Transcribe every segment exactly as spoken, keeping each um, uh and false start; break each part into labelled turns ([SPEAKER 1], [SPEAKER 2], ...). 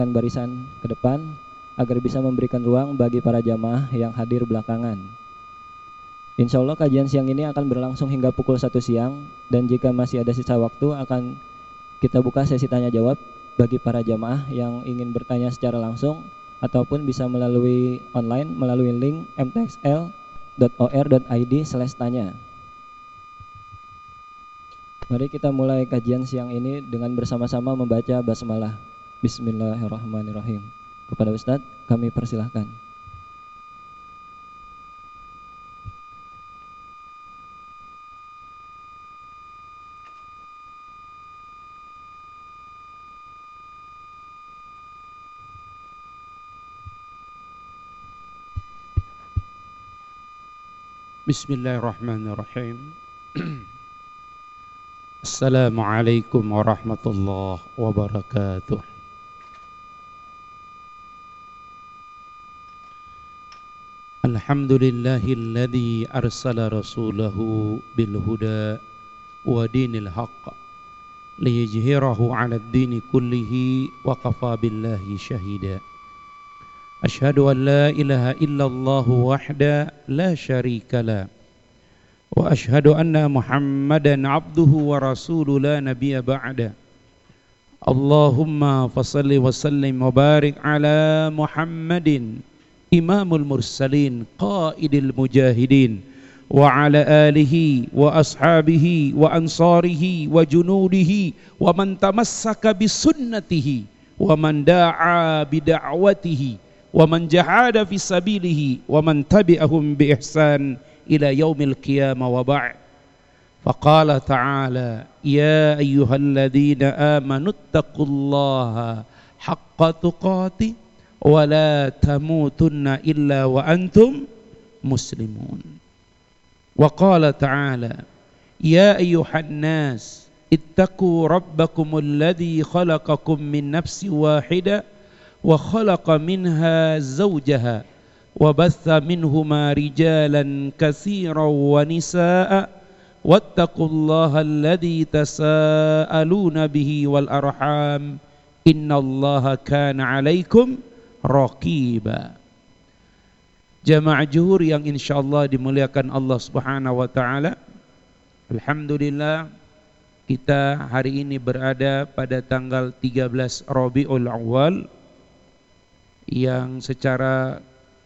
[SPEAKER 1] barisan ke depan agar bisa memberikan ruang bagi para jamaah yang hadir belakangan. Insya Allah kajian siang ini akan berlangsung hingga pukul satu siang, dan jika masih ada sisa waktu akan kita buka sesi tanya jawab bagi para jamaah yang ingin bertanya secara langsung ataupun bisa melalui online melalui link m t x l dot o r dot i d slash tanya. Mari kita mulai kajian siang ini dengan bersama-sama membaca basmalah. Bismillahirrahmanirrahim. Kepada Ustadz kami persilahkan.
[SPEAKER 2] Bismillahirrahmanirrahim. Assalamualaikum warahmatullahi wabarakatuh. Alhamdulillahilladzi arsala rasulahu bil huda wa dinil haqq liyuzhirahu 'alad dini kullihi wa kafa billahi syahida. Asyhadu an la ilaha illallah wahda la syarika la wa asyhadu anna Muhammadan abduhu wa rasuluhu la nabiyya ba'da. Allahumma fassalli wa sallim wa barik ala Muhammadin imamul mursalin qaidil mujahidin wa ala alihi wa ashabihi wa ansarihi wa junudihi wa man tamassaka bisunnatihi wa man da'a bida'watihi wa man jahada fi sabilihi wa man tabi'ahum bi ihsan ila yaumil qiyamah wa ba'd. Faqala ta'ala ya ayyuhalladzina amanu taqullaha haqqa tuqatih wa la tamutunna illa wa antum muslimun. Wa qala ta'ala ya ayyuhan nas ittaqu rabbakumul ladzi khalaqakum min nafsin wahidah wa khalaqa minha zawjaha wa batha minhuma rijalan katsiran wa nisaa wattaqullaha alladzi tasaaluna bihi wal arham innallaha kana 'alaikum raqiba. Jamaah juhur yang insyaallah dimuliakan Allah Subhanahu wa taala. Alhamdulillah kita hari ini berada pada tanggal tiga belas Rabiul Awal yang secara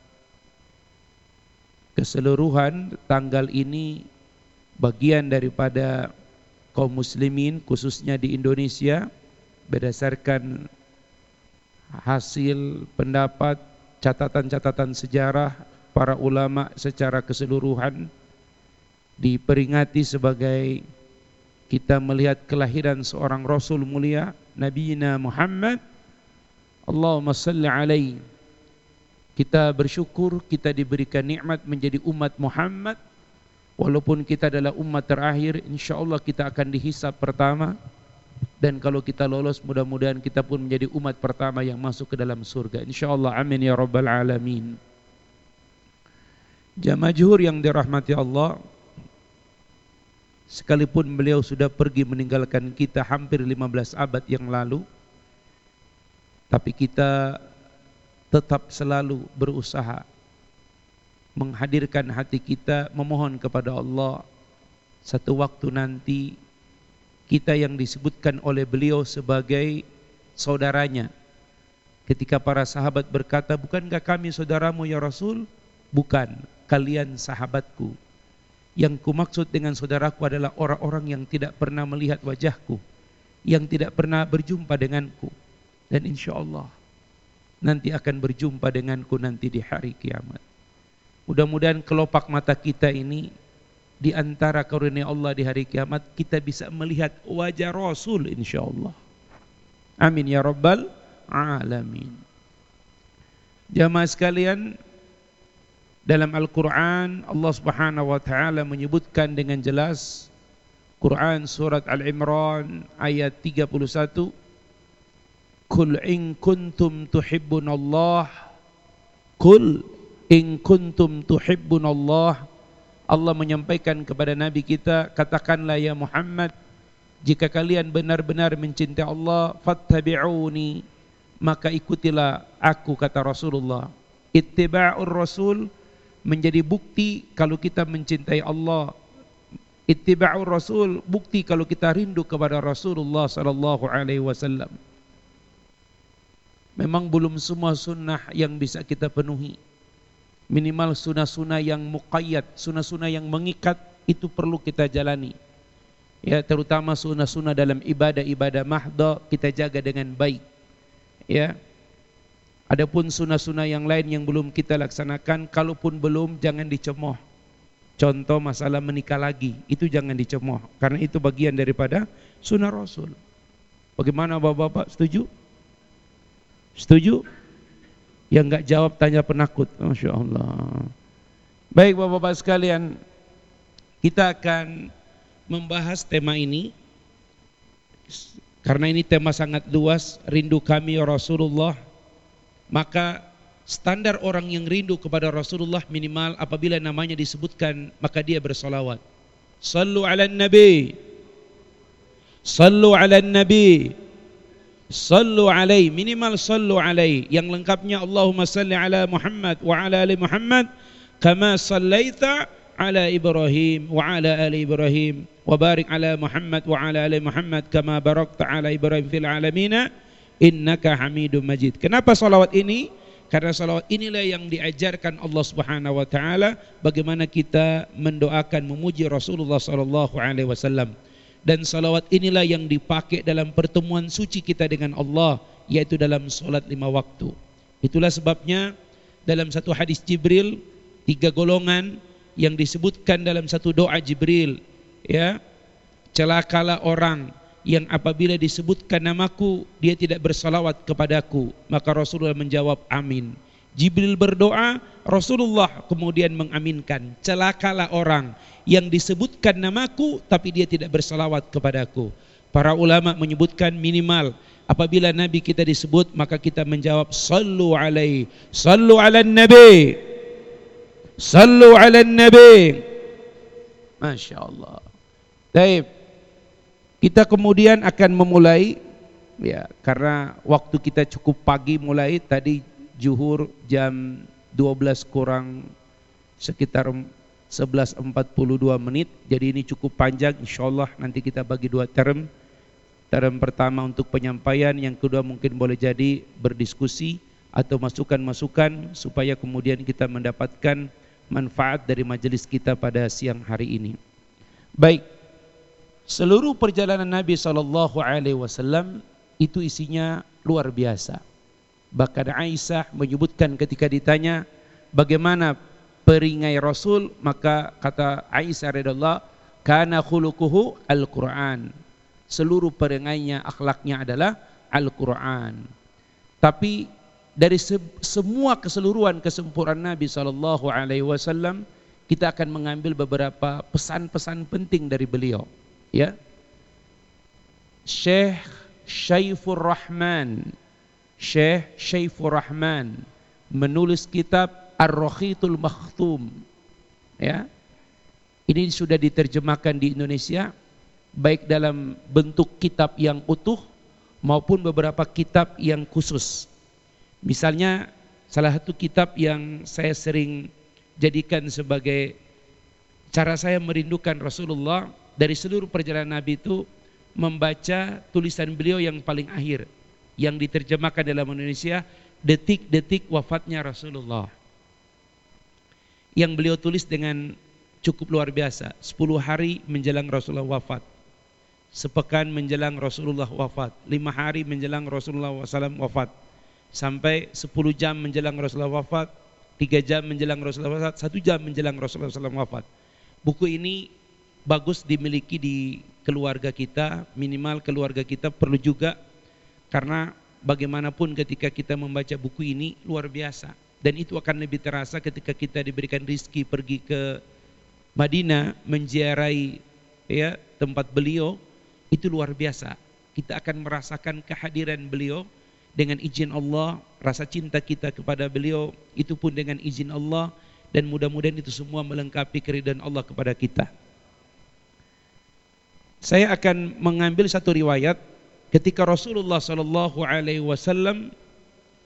[SPEAKER 2] keseluruhan tanggal ini bagian daripada kaum muslimin khususnya di Indonesia berdasarkan hasil pendapat catatan-catatan sejarah para ulama secara keseluruhan diperingati sebagai kita melihat kelahiran seorang Rasul mulia Nabi Muhammad. Allahumma salli alaihi. Kita bersyukur kita diberikan nikmat menjadi umat Muhammad. Walaupun kita adalah umat terakhir, insyaallah kita akan dihisab pertama. Dan kalau kita lolos mudah-mudahan kita pun menjadi umat pertama yang masuk ke dalam surga, insyaallah. Amin ya rabbal alamin. Jamaah juhur yang dirahmati Allah, sekalipun beliau sudah pergi meninggalkan kita hampir lima belas abad yang lalu, tapi kita tetap selalu berusaha menghadirkan hati kita memohon kepada Allah satu waktu nanti kita yang disebutkan oleh beliau sebagai saudaranya. Ketika para sahabat berkata, bukankah kami saudaramu ya Rasul? Bukan, kalian sahabatku. Yang kumaksud dengan saudaraku adalah orang-orang yang tidak pernah melihat wajahku, yang tidak pernah berjumpa denganku, dan insya Allah nanti akan berjumpa denganku nanti di hari kiamat. Mudah-mudahan kelopak mata kita ini di antara karunia Allah di hari kiamat kita bisa melihat wajah Rasul insyaallah. Amin ya rabbal alamin. Jamaah sekalian, dalam Al-Quran Allah Subhanahu wa taala menyebutkan dengan jelas, Quran surat Al-Imran ayat tiga puluh satu, Qul in kuntum tuhibbunallah, Qul in kuntum tuhibbunallah. Allah menyampaikan kepada Nabi kita, katakanlah ya Muhammad, jika kalian benar-benar mencintai Allah, fattabi'uni, maka ikutilah aku, kata Rasulullah. Ittiba'ur Rasul menjadi bukti kalau kita mencintai Allah. Ittiba'ur Rasul bukti kalau kita rindu kepada Rasulullah sallallahu alaihi wasallam. Memang belum semua sunnah yang bisa kita penuhi. Minimal sunnah-sunnah yang muqayyad, sunnah-sunnah yang mengikat itu perlu kita jalani. Ya, terutama sunnah-sunnah dalam ibadah-ibadah mahda kita jaga dengan baik. Ya. Adapun sunnah-sunnah yang lain yang belum kita laksanakan, kalaupun belum jangan dicemooh. Contoh masalah menikah lagi, itu jangan dicemooh karena itu bagian daripada sunnah Rasul. Bagaimana Bapak-bapak, setuju? Setuju? Yang enggak jawab tanya penakut. Masya Allah. Baik Bapak-bapak sekalian, kita akan membahas tema ini karena ini tema sangat luas, rindu kami ya Rasulullah. Maka standar orang yang rindu kepada Rasulullah minimal apabila namanya disebutkan maka dia bersolawat. Sallu ala nabi, sallu ala nabi, sallu alaihi, minimal sallu alaihi. Yang lengkapnya Allahumma salli ala Muhammad wa ala ali Muhammad kama sallaita ala Ibrahim wa ala ali Ibrahim wa barik ala Muhammad wa ala ali Muhammad kama barakta ala Ibrahim fil alamin innaka Hamidum Majid. Kenapa salawat ini? Karena salawat inilah yang diajarkan Allah Subhanahu wa taala bagaimana kita mendoakan memuji Rasulullah sallallahu alaihi wasallam. Dan salawat inilah yang dipakai dalam pertemuan suci kita dengan Allah, yaitu dalam salat lima waktu. Itulah sebabnya dalam satu hadis Jibril, tiga golongan yang disebutkan dalam satu doa Jibril, ya, celakalah orang yang apabila disebutkan namaku dia tidak bersalawat kepadaku. Maka Rasulullah menjawab amin. Jibril berdoa, Rasulullah kemudian mengaminkan. Celakalah orang yang disebutkan namaku tapi dia tidak bersalawat kepadaku. Para ulama menyebutkan minimal apabila Nabi kita disebut maka kita menjawab sallu alaihi, sallu ala nabi, sallu ala nabi. Masya Allah. Baik. Kita kemudian akan memulai, ya, karena waktu kita cukup pagi mulai tadi zuhur jam dua belas kurang sekitar sebelas empat puluh dua menit. Jadi ini cukup panjang, insyaallah nanti kita bagi dua term. Term pertama untuk penyampaian, yang kedua mungkin boleh jadi berdiskusi atau masukan-masukan supaya kemudian kita mendapatkan manfaat dari majelis kita pada siang hari ini. Baik. Seluruh perjalanan Nabi sallallahu alaihi wasallam itu isinya luar biasa. Bahkan Aisyah menyebutkan ketika ditanya bagaimana peringai Rasul, maka kata Aisyah radhiyallahu kana khuluquhu al-Qur'an. Seluruh peringainya, akhlaknya adalah Al-Qur'an. Tapi dari se semua keseluruhan kesempurnaan Nabi sallallahu alaihi wasallam kita akan mengambil beberapa pesan-pesan penting dari beliau. Ya, Syekh Syaifur Rahman, Syekh Syaifur Rahman menulis kitab Ar-Rakhitul Makhtum. Ya, ini sudah diterjemahkan di Indonesia, baik dalam bentuk kitab yang utuh maupun beberapa kitab yang khusus. Misalnya salah satu kitab yang saya sering jadikan sebagai cara saya merindukan Rasulullah dari seluruh perjalanan Nabi itu membaca tulisan beliau yang paling akhir yang diterjemahkan dalam Indonesia, detik-detik wafatnya Rasulullah, yang beliau tulis dengan cukup luar biasa. Sepuluh hari menjelang Rasulullah wafat, sepekan menjelang Rasulullah wafat, lima hari menjelang Rasulullah wasallam wafat, sampai sepuluh jam menjelang Rasulullah wafat, tiga jam menjelang Rasulullah wafat, satu jam menjelang Rasulullah wasallam wafat. Buku ini bagus dimiliki di keluarga kita, minimal keluarga kita perlu juga, karena bagaimanapun ketika kita membaca buku ini luar biasa, dan itu akan lebih terasa ketika kita diberikan rizki pergi ke Madinah menziarahi, ya, tempat beliau. Itu luar biasa, kita akan merasakan kehadiran beliau dengan izin Allah, rasa cinta kita kepada beliau itu pun dengan izin Allah, dan mudah-mudahan itu semua melengkapi keridhaan Allah kepada kita. Saya akan mengambil satu riwayat ketika Rasulullah sallallahu alaihi wasallam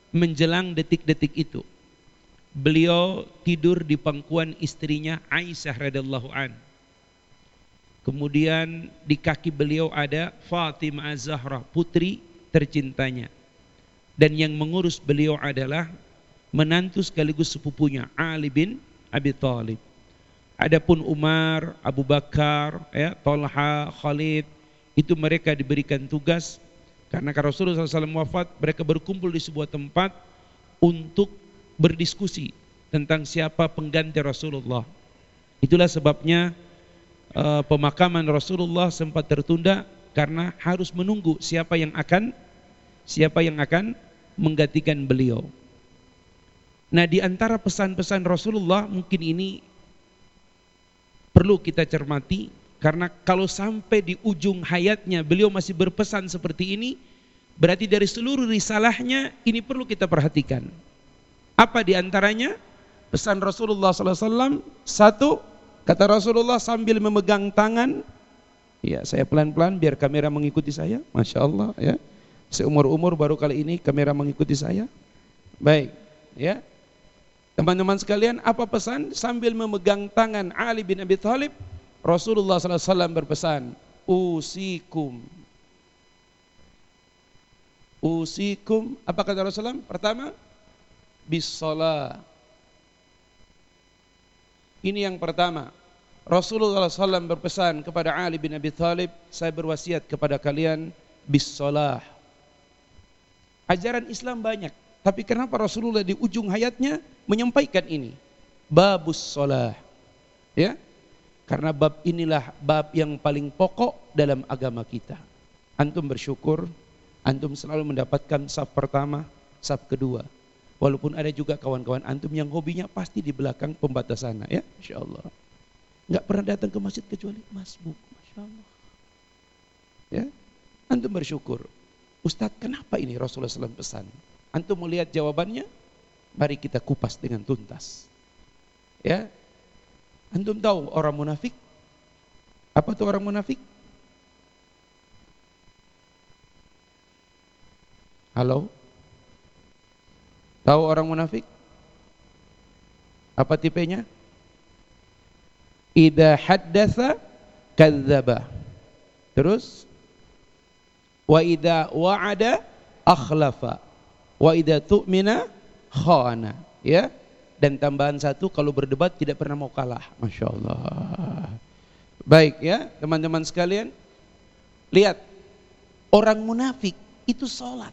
[SPEAKER 2] menjelang detik-detik itu, beliau tidur di pangkuan istrinya Aisyah radhiyallahu an. Kemudian di kaki beliau ada Fatimah Az-Zahra, putri tercintanya. Dan yang mengurus beliau adalah menantu sekaligus sepupunya Ali bin Abi Thalib. Adapun Umar, Abu Bakar, ya, Talha, Khalid, itu mereka diberikan tugas karena Rasulullah shallallahu alaihi wasallam wafat, mereka berkumpul di sebuah tempat untuk berdiskusi tentang siapa pengganti Rasulullah. Itulah sebabnya uh, pemakaman Rasulullah sempat tertunda karena harus menunggu siapa yang akan siapa yang akan menggantikan beliau. Nah, di antara pesan-pesan Rasulullah mungkin ini perlu kita cermati, karena kalau sampai di ujung hayatnya beliau masih berpesan seperti ini, berarti dari seluruh risalahnya ini perlu kita perhatikan. Apa di antaranya? Pesan Rasulullah sallallahu alaihi wasallam, satu, kata Rasulullah sambil memegang tangan, ya saya pelan-pelan biar kamera mengikuti saya, Masya Allah ya, seumur-umur baru kali ini kamera mengikuti saya. Baik, ya teman-teman sekalian, apa pesan? Sambil memegang tangan Ali bin Abi Thalib, Rasulullah sallallahu alaihi wasallam berpesan, usikum usikum, apa kata Rasulullah? Pertama, bis-shalah. Ini yang pertama. Rasulullah sallallahu alaihi wasallam berpesan kepada Ali bin Abi Thalib, saya berwasiat kepada kalian bis-shalah. Ajaran Islam banyak, tapi kenapa Rasulullah di ujung hayatnya menyampaikan ini? Babus shalah. Ya? Karena bab inilah bab yang paling pokok dalam agama kita. Antum bersyukur, antum selalu mendapatkan saf pertama, saf kedua. Walaupun ada juga kawan-kawan antum yang hobinya pasti di belakang pembatas sana, ya, Masya Allah. Nggak pernah datang ke masjid kecuali masbuk, Masya Allah. Ya, antum bersyukur. Ustadz, kenapa ini Rasulullah sallallahu alaihi wasallam pesan? Antum melihat jawabannya? Mari kita kupas dengan tuntas. Ya, antum tahu orang munafik? Apa itu orang munafik? Halo? Tahu orang munafik? Apa tipenya? Idza haddatsa kadzdzaba. Terus wa idza wa'ada akhlafa. Wa idza tu'mina khana. Ya. Dan tambahan satu, kalau berdebat tidak pernah mau kalah. Masya Allah. Baik ya, teman-teman sekalian. Lihat, orang munafik itu sholat.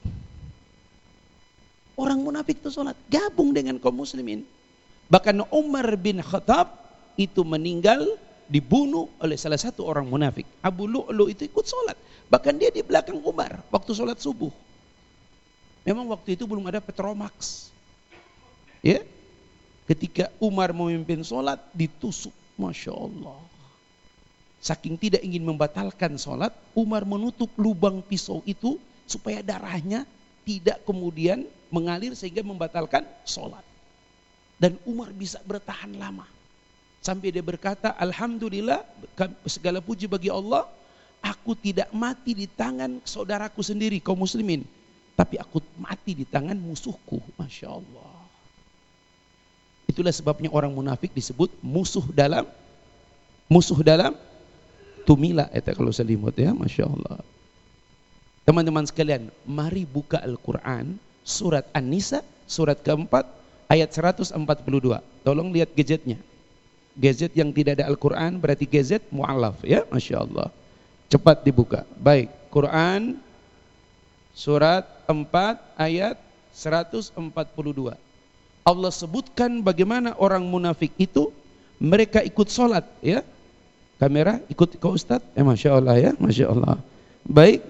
[SPEAKER 2] Orang munafik itu sholat, gabung dengan kaum muslimin. Bahkan Umar bin Khattab itu meninggal, dibunuh oleh salah satu orang munafik. Abu Lu'lu itu ikut sholat. Bahkan dia di belakang Umar waktu sholat subuh. Memang waktu itu belum ada Petromax. Ya, ketika Umar memimpin sholat ditusuk, Masya Allah. Saking tidak ingin membatalkan sholat, Umar menutup lubang pisau itu supaya darahnya tidak kemudian mengalir sehingga membatalkan sholat. Dan Umar bisa bertahan lama sampai dia berkata, Alhamdulillah, segala puji bagi Allah, aku tidak mati di tangan saudaraku sendiri kaum muslimin, tapi aku mati di tangan musuhku. Masya Allah. Itulah sebabnya orang munafik disebut musuh dalam musuh dalam tumila, itu kalau selimut, ya, Masya Allah. Teman-teman sekalian, mari buka Al-Quran, surat An-Nisa, surat keempat, ayat seratus empat puluh dua. Tolong lihat gadgetnya. Gadget yang tidak ada Al-Quran berarti gadget mu'alaf, ya, Masya Allah. Cepat dibuka. Baik, Quran, surat empat, ayat seratus empat puluh dua. Allah sebutkan bagaimana orang munafik itu, mereka ikut sholat, ya. Kamera ikut ke Ustaz, ya, Masya Allah, ya, Masya Allah. Baik.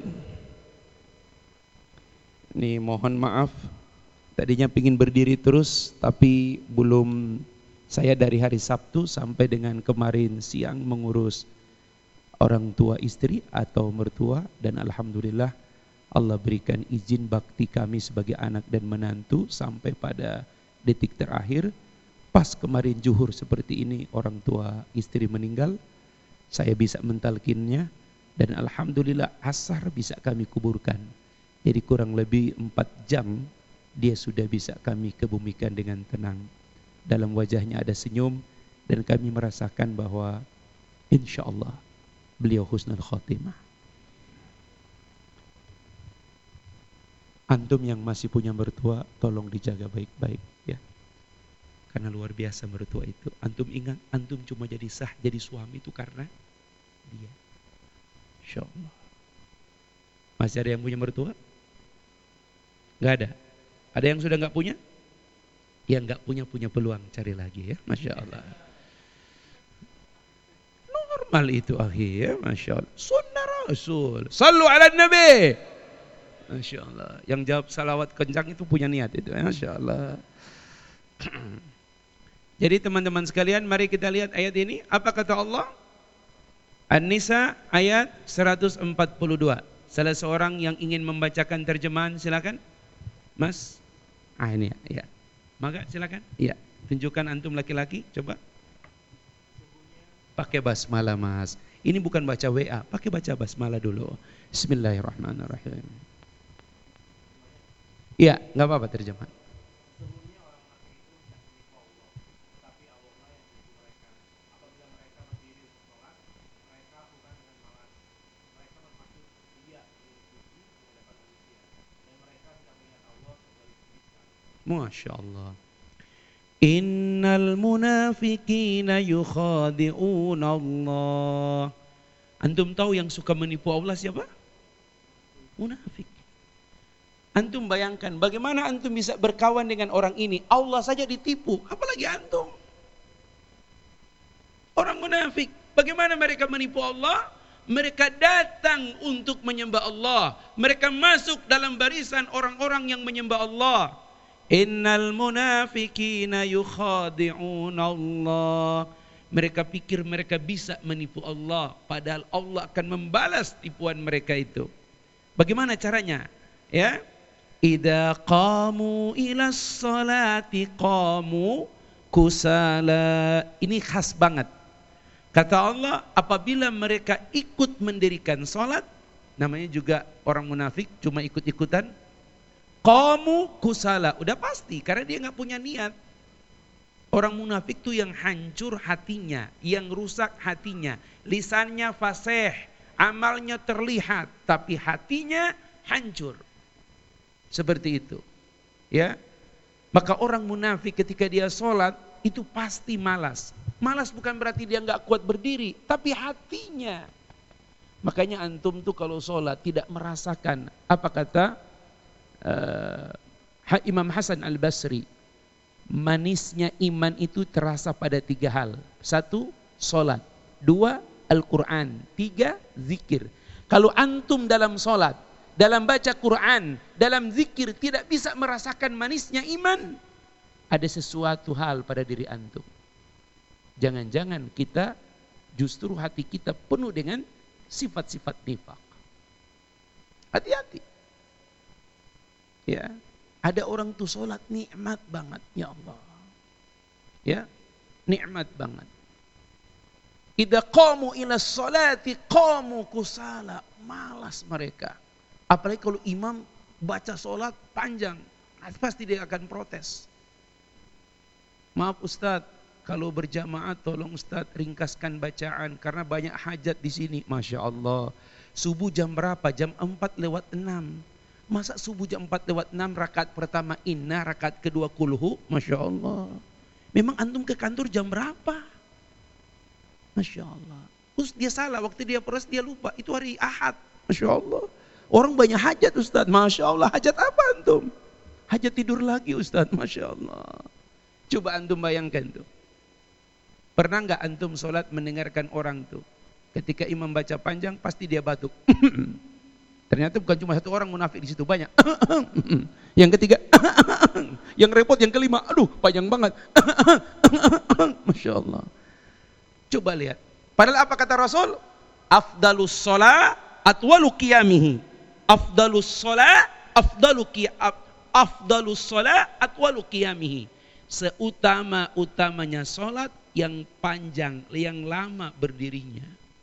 [SPEAKER 2] Ini mohon maaf, tadinya pingin berdiri terus, tapi belum. Saya dari hari Sabtu sampai dengan kemarin siang mengurus orang tua istri atau mertua, dan Alhamdulillah Allah berikan izin bakti kami sebagai anak dan menantu sampai pada detik terakhir. Pas kemarin zuhur seperti ini orang tua istri meninggal, saya bisa mentalkinnya, dan Alhamdulillah asar bisa kami kuburkan. Jadi kurang lebih empat jam dia sudah bisa kami kebumikan dengan tenang. Dalam wajahnya ada senyum dan kami merasakan bahwa insya Allah beliau husnul khotimah. Antum yang masih punya mertua, tolong dijaga baik-baik ya. Karena luar biasa mertua itu. Antum ingat, antum cuma jadi sah, jadi suami itu karena dia. Insya Allah. Masih ada yang punya mertua? Gak ada. Ada yang sudah gak punya? Yang gak punya, punya peluang, cari lagi ya. Masya Allah. Normal itu akhi ya. Masya Allah. Sunnah Rasul. Sallu ala Nabi. Masya Allah. Yang jawab salawat kencang itu punya niat itu. Masya Allah. Jadi teman-teman sekalian, mari kita lihat ayat ini. Apa kata Allah? An-Nisa ayat seratus empat puluh dua. Salah seorang yang ingin membacakan terjemahan, silakan. Mas. Ah ini ya. Maka silakan. Iya. Tunjukkan antum laki-laki, coba. Pakai basmalah mas. Ini bukan baca W A, pakai baca basmalah dulu. Bismillahirrahmanirrahim. Iya, nggak apa-apa terjemahan. Masya Allah. Innal munafiqina yukhadi'un Allah. Antum tahu yang suka menipu Allah siapa? Munafik. Antum bayangkan bagaimana antum bisa berkawan dengan orang ini. Allah saja ditipu, apalagi antum. Orang munafik, bagaimana mereka menipu Allah? Mereka datang untuk menyembah Allah. Mereka masuk dalam barisan orang-orang yang menyembah Allah. Innal munafiqina yukhadi'un Allah. Mereka pikir mereka bisa menipu Allah, padahal Allah akan membalas tipuan mereka itu. Bagaimana caranya? Ya, idza qamu ilas salati qamu kusala. Ini khas banget. Kata Allah, apabila mereka ikut mendirikan salat, namanya juga orang munafik, cuma ikut-ikutan. Qamu kusala, udah pasti karena dia nggak punya niat. Orang munafik tuh yang hancur hatinya, yang rusak hatinya, lisannya fasih, amalnya terlihat, tapi hatinya hancur. Seperti itu, ya. Maka orang munafik ketika dia sholat itu pasti malas. Malas bukan berarti dia nggak kuat berdiri, tapi hatinya. Makanya antum tuh kalau sholat tidak merasakan apa kata uh, Imam Hasan Al-Basri. Manisnya iman itu terasa pada tiga hal. Satu, sholat. Dua, Al-Quran. Tiga, zikir. Kalau antum dalam sholat, dalam baca Quran, dalam zikir tidak bisa merasakan manisnya iman, ada sesuatu hal pada diri antum. Jangan-jangan kita justru hati kita penuh dengan sifat-sifat nifaq. Hati-hati. Ya. Ada orang tuh sholat nikmat banget, ya Allah. Ya, nikmat banget. Idza qamu ila sholati qamu kusala, malas mereka. Apalagi kalau imam baca sholat panjang, pasti dia akan protes. Maaf Ustaz, kalau berjamaah tolong Ustaz ringkaskan bacaan karena banyak hajat di sini. Masya Allah. Subuh jam berapa? Jam empat lewat enam. Masa subuh jam empat lewat enam rakaat pertama inna, rakaat kedua kulhu? Masya Allah. Memang antum ke kantor jam berapa? Masya Allah. Terus dia salah, waktu dia peras dia lupa. Itu hari Ahad. Masya Allah. Orang banyak hajat Ustaz. Masya Allah. Hajat apa antum? Hajat tidur lagi Ustaz. Masya Allah. Coba antum bayangkan tuh. Pernah nggak antum sholat mendengarkan orang tuh? Ketika imam baca panjang pasti dia batuk. Ternyata bukan cuma satu orang munafik di situ, banyak. Yang ketiga, yang repot yang kelima, aduh panjang banget. Masya Allah. Coba lihat. Padahal apa kata Rasul? Afdalus sholat atwalu qiyamihi. Afdalus sholat afdalu qiyam afdalus sholat atwalu qiyamihi. Seutama-utamanya sholat yang panjang, yang lama berdirinya.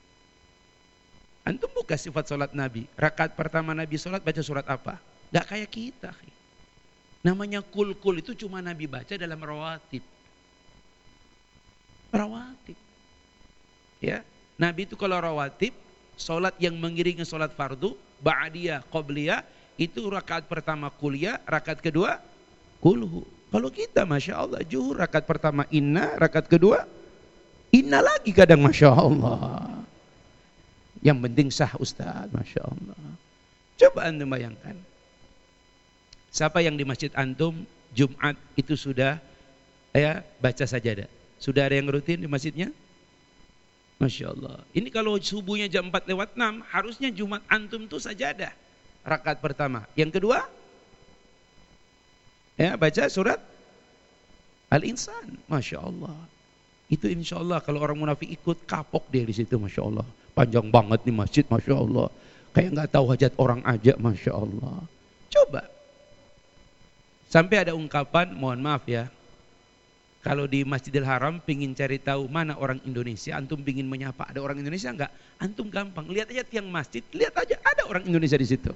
[SPEAKER 2] Antum buka sifat sholat Nabi. Rakaat pertama Nabi sholat baca surat apa? Gak kayak kita. Namanya kul-kul itu cuma Nabi baca dalam rawatib. Rawatib. Ya, Nabi itu kalau rawatib, sholat yang mengiringi sholat fardu, ba'diyah, qobliyah, itu rakaat pertama kuliah, rakaat kedua kulhu. Kalau kita Masya Allah, zuhur rakaat pertama inna, rakaat kedua inna lagi kadang Masya Allah. Yang penting sah Ustaz, Masya Allah. Coba antum bayangkan. Siapa yang di masjid antum Jumat itu sudah ya baca sajadah? Sudah ada yang rutin di masjidnya? Masya Allah. Ini kalau subuhnya jam empat lewat enam, harusnya Jumat antum tuh sajadah. Rakaat pertama. Yang kedua, ya baca surat Al-Insan. Masya Allah. Itu insya Allah kalau orang munafik ikut, kapok dia di situ. Masya Allah. Panjang banget nih masjid. Masya Allah. Kayak nggak tahu hajat orang aja. Masya Allah. Coba. Sampai ada ungkapan, mohon maaf ya, kalau di Masjidil Haram pingin cari tahu mana orang Indonesia, antum pingin menyapa ada orang Indonesia enggak? Antum gampang, lihat aja tiang masjid, lihat aja ada orang Indonesia di situ.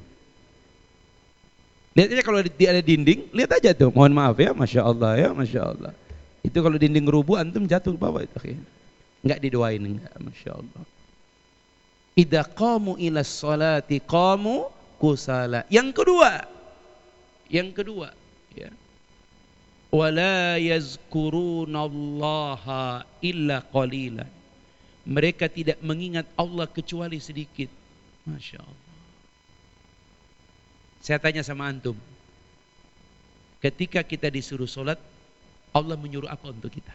[SPEAKER 2] Lihat aja kalau di ada dinding, lihat aja tuh. Mohon maaf ya, Masya Allah ya, Masya Allah. Itu kalau dinding rubuh, antum jatuh ke bawah itu. Enggak didoain enggak, Masya Allah. Idza qamu ila sholati qamu kusala. Yang kedua, yang kedua, ya. Wala yazkurunallaha illa qalilan. Mereka tidak mengingat Allah kecuali sedikit. Masya Allah. Saya tanya sama antum, ketika kita disuruh sholat, Allah menyuruh apa untuk kita?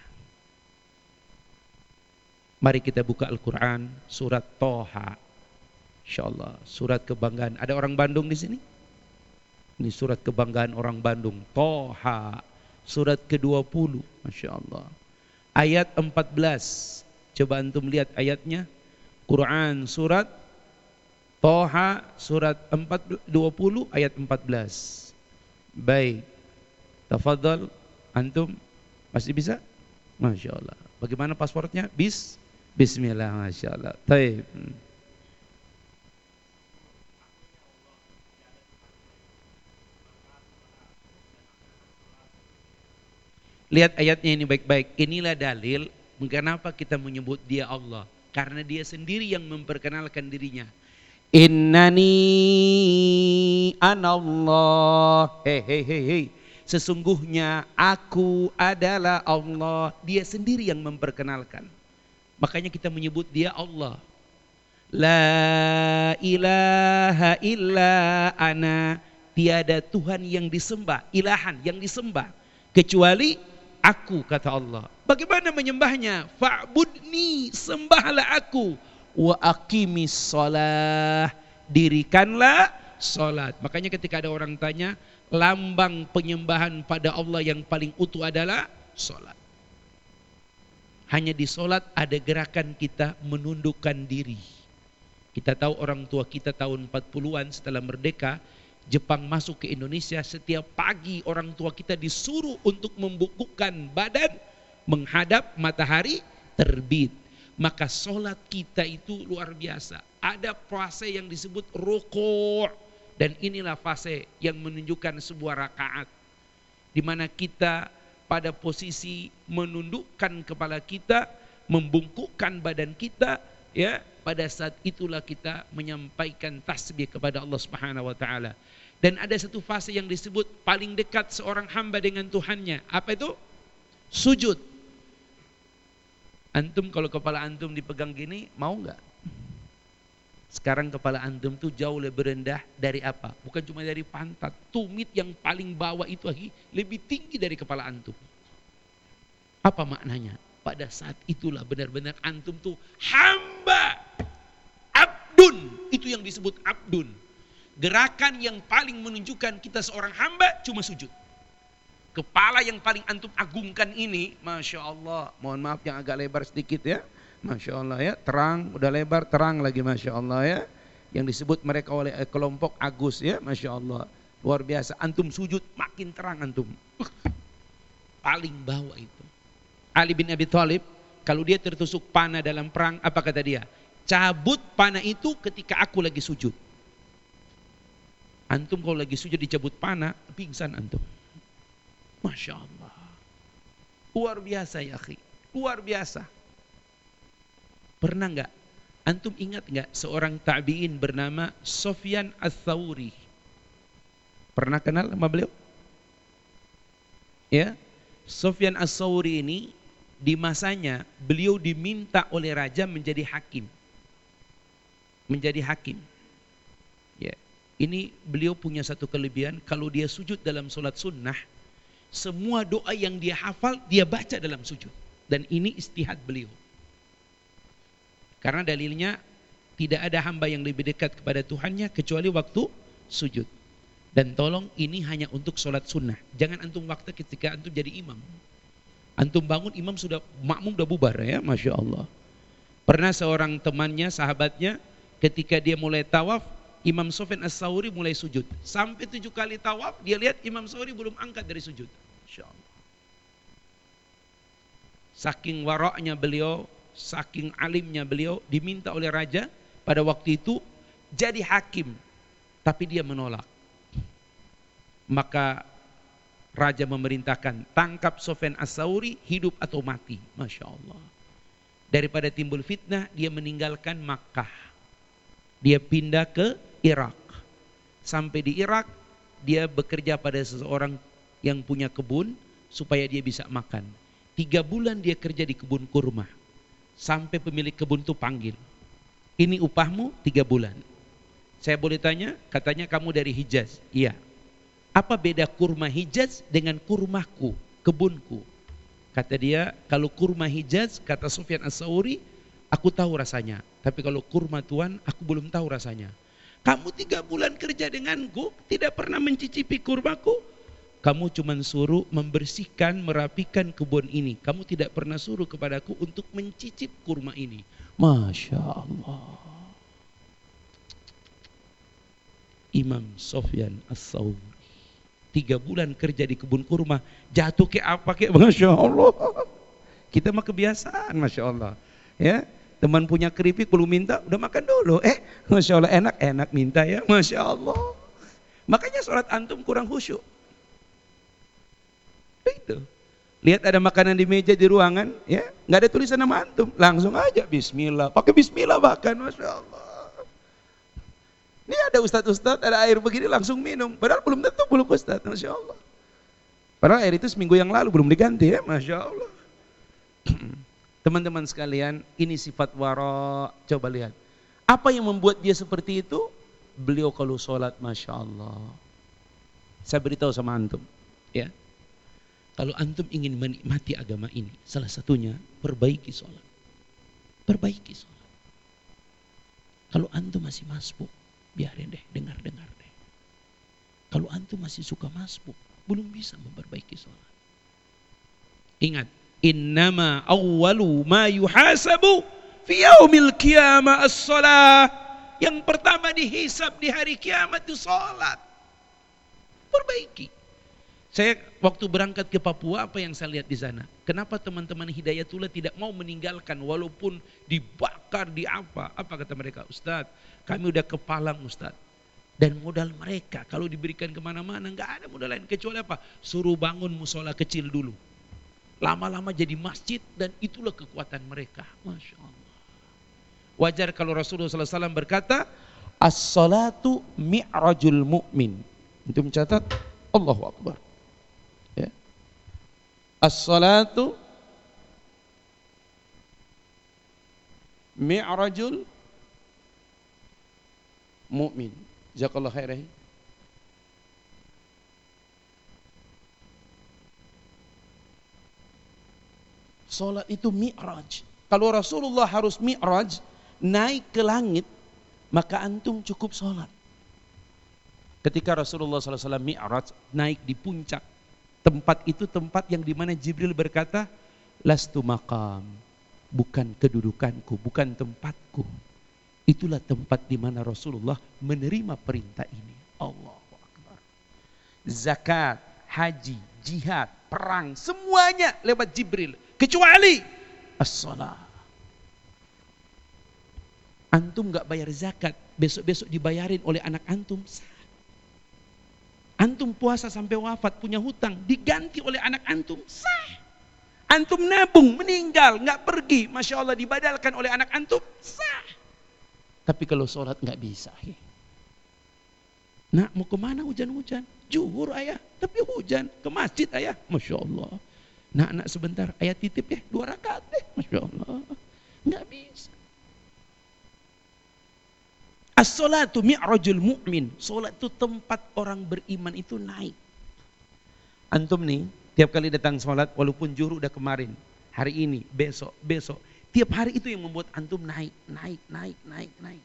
[SPEAKER 2] Mari kita buka Al-Quran, surat Toha. Insya Allah, surat kebanggaan. Ada orang Bandung di sini? Ini surat kebanggaan orang Bandung, Toha. Surat ke dua puluh, Masya Allah. Ayat empat belas. Coba antum lihat ayatnya. Quran surat Toha surat dua puluh ayat empat belas. Baik. Tafadhal antum masih bisa? Masya Allah. Bagaimana pasportnya? Bis Bismillah, Masya Allah. Taib. Lihat ayatnya ini baik-baik. Inilah dalil mengapa kita menyebut dia Allah. Karena dia sendiri yang memperkenalkan dirinya. Innani anallah. Hei, hei, hei, hei. Sesungguhnya aku adalah Allah. Dia sendiri yang memperkenalkan. Makanya kita menyebut dia Allah. La ilaha illa ana. Tiada Tuhan yang disembah. Ilahan yang disembah. Kecuali aku, kata Allah. Bagaimana menyembahnya? Fa'budni, sembahlah aku. Wa aqimis shalah, dirikanlah salat. Makanya ketika ada orang tanya, lambang penyembahan pada Allah yang paling utuh adalah salat. Hanya di salat ada gerakan kita menundukkan diri. Kita tahu orang tua kita tahun empat puluhan setelah merdeka, Jepang masuk ke Indonesia, setiap pagi orang tua kita disuruh untuk membungkukkan badan menghadap matahari terbit. Maka sholat kita itu luar biasa. Ada fase yang disebut ruku', dan inilah fase yang menunjukkan sebuah rakaat, di mana kita pada posisi menundukkan kepala kita, membungkukkan badan kita, ya. Pada saat itulah kita menyampaikan tasbih kepada Allah Subhanahu wa taala. Dan ada satu fase yang disebut paling dekat seorang hamba dengan Tuhannya. Apa itu? Sujud. Antum kalau kepala antum dipegang gini, mau enggak? Sekarang kepala antum tuh jauh lebih rendah dari apa? Bukan cuma dari pantat. Tumit yang paling bawah itu lagi lebih tinggi dari kepala antum. Apa maknanya? Pada saat itulah benar-benar antum tuh hamba. Abdun, itu yang disebut abdun. Gerakan yang paling menunjukkan kita seorang hamba cuma sujud. Kepala yang paling antum agungkan ini, Masya Allah. Mohon maaf yang agak lebar sedikit ya. Masya Allah ya, terang, udah lebar, terang lagi Masya Allah ya. Yang disebut mereka oleh kelompok Agus ya, Masya Allah. Luar biasa, antum sujud makin terang antum. Paling bawah itu. Ali bin Abi Thalib, kalau dia tertusuk panah dalam perang, apa kata dia? Cabut panah itu ketika aku lagi sujud. Antum kalau lagi sujud dicabut panah, pingsan antum. Masya Allah. Luar biasa ya akhi. Luar biasa. Pernah enggak? Antum ingat enggak seorang tabi'in bernama Sufyan Ats-Tsauri? Pernah kenal sama beliau? Ya. Sufyan Ats-Tsauri ini di masanya beliau diminta oleh raja menjadi hakim. Menjadi hakim. Ya. Ini beliau punya satu kelebihan, kalau dia sujud dalam sholat sunnah, semua doa yang dia hafal dia baca dalam sujud. Dan ini istihad beliau. Karena dalilnya tidak ada hamba yang lebih dekat kepada Tuhannya kecuali waktu sujud. Dan tolong ini hanya untuk sholat sunnah. Jangan antum waktu ketika antum jadi imam. Antum bangun imam sudah makmum sudah bubar ya, Masya Allah. Pernah seorang temannya, sahabatnya, ketika dia mulai tawaf, Imam Sufyan Ats-Tsauri mulai sujud. Sampai tujuh kali tawaf, dia lihat Imam Ats-Tsauri belum angkat dari sujud. Masya Allah. Saking waraknya beliau, saking alimnya beliau, diminta oleh raja pada waktu itu jadi hakim, tapi dia menolak. Maka raja memerintahkan, tangkap Sufyan Ats-Tsauri, hidup atau mati. Masya Allah. Daripada timbul fitnah, dia meninggalkan Makkah. Dia pindah ke Irak. Sampai di Irak, dia bekerja pada seseorang yang punya kebun supaya dia bisa makan. Tiga bulan dia kerja di kebun kurma. Sampai pemilik kebun itu panggil. Ini upahmu tiga bulan. Saya boleh tanya? Katanya kamu dari Hijaz. Iya. Apa beda kurma Hijaz dengan kurmaku, kebunku? Kata dia, kalau kurma Hijaz, kata Sufyan Ats-Tsauri, aku tahu rasanya. Tapi kalau kurma Tuhan, aku belum tahu rasanya. Kamu tiga bulan kerja denganku, tidak pernah mencicipi kurmaku. Kamu cuma suruh membersihkan, merapikan kebun ini. Kamu tidak pernah suruh kepadaku untuk mencicip kurma ini. Masya Allah. Imam Sufyan Ats-Tsauri. Tiga bulan kerja di kebun kurma, jatuh ke apa ke? Masya Allah. Kita mah kebiasaan, Masya Allah. Ya, teman punya keripik belum minta, udah makan dulu. Eh, Masya Allah, enak-enak minta ya, Masya Allah. Makanya sholat antum kurang khusyuk. Itu. Lihat ada makanan di meja di ruangan, ya, nggak ada tulisan nama antum, langsung aja Bismillah, pakai Bismillah bahkan, Masya Allah. Ini ada ustadz-ustadz, ada air begini langsung minum, padahal belum tentu belum ustadz, Masya Allah. Padahal air itu seminggu yang lalu belum diganti ya, Masya Allah. Teman-teman sekalian, ini sifat wara. Coba lihat, apa yang membuat dia seperti itu? Beliau kalau sholat, Masya Allah. Saya beritahu sama antum, ya. Kalau antum ingin menikmati agama ini, salah satunya perbaiki sholat. Perbaiki sholat. Kalau antum masih masbuk, biarin deh, dengar-dengar deh. Kalau antum masih suka masbuk, belum bisa memperbaiki sholat. Ingat, innama awwalu ma yuhasabu fi yaumil qiyamah as-shalah. Yang pertama dihisab di hari kiamat itu sholat. Perbaiki. Saya waktu berangkat ke Papua, apa yang saya lihat di sana? Kenapa teman-teman Hidayatullah tidak mau meninggalkan walaupun dibakar, di apa? Apa kata mereka? Ustadz, kami udah kepalang Ustadz. Dan modal mereka kalau diberikan kemana-mana nggak ada modal lain kecuali apa? Suruh bangun musola kecil dulu. Lama-lama jadi masjid dan itulah kekuatan mereka. Masya Allah. Wajar kalau Rasulullah shallallahu alaihi wasallam berkata, as-salatu mi'rajul mu'min. Untuk mencatat, Allahu Akbar. Ya. As-salatu mi'rajul mu'min. Jazakallahu khairan. Salat itu mi'raj. Kalau Rasulullah harus mi'raj, naik ke langit, maka antum cukup salat. Ketika Rasulullah shallallahu alaihi wasallam mi'raj, naik di puncak, tempat itu tempat yang dimana Jibril berkata, lastu maqam, bukan kedudukanku, bukan tempatku. Itulah tempat di mana Rasulullah menerima perintah ini. Allahu Akbar. Zakat, haji, jihad, perang, semuanya lewat Jibril. Kecuali as-salah. Antum gak bayar zakat, besok-besok dibayarin oleh anak antum. Antum puasa sampai wafat punya hutang, diganti oleh anak antum, sah. Antum nabung, meninggal, nggak pergi, Masya Allah dibadalkan oleh anak antum, sah. Tapi kalau sholat nggak bisa. Nak mau kemana hujan-hujan? Juhur ayah, tapi hujan. Ke masjid ayah, Masya Allah. Nak, nak sebentar, ayah titip ya, dua rakaat deh, Masya Allah. Nggak bisa. As-salatu mi'rajul mu'min. Salat itu tempat orang beriman itu naik. Antum nih, tiap kali datang salat, walaupun juhur udah kemarin, hari ini, besok, besok, tiap hari itu yang membuat antum naik, naik, naik, naik, naik.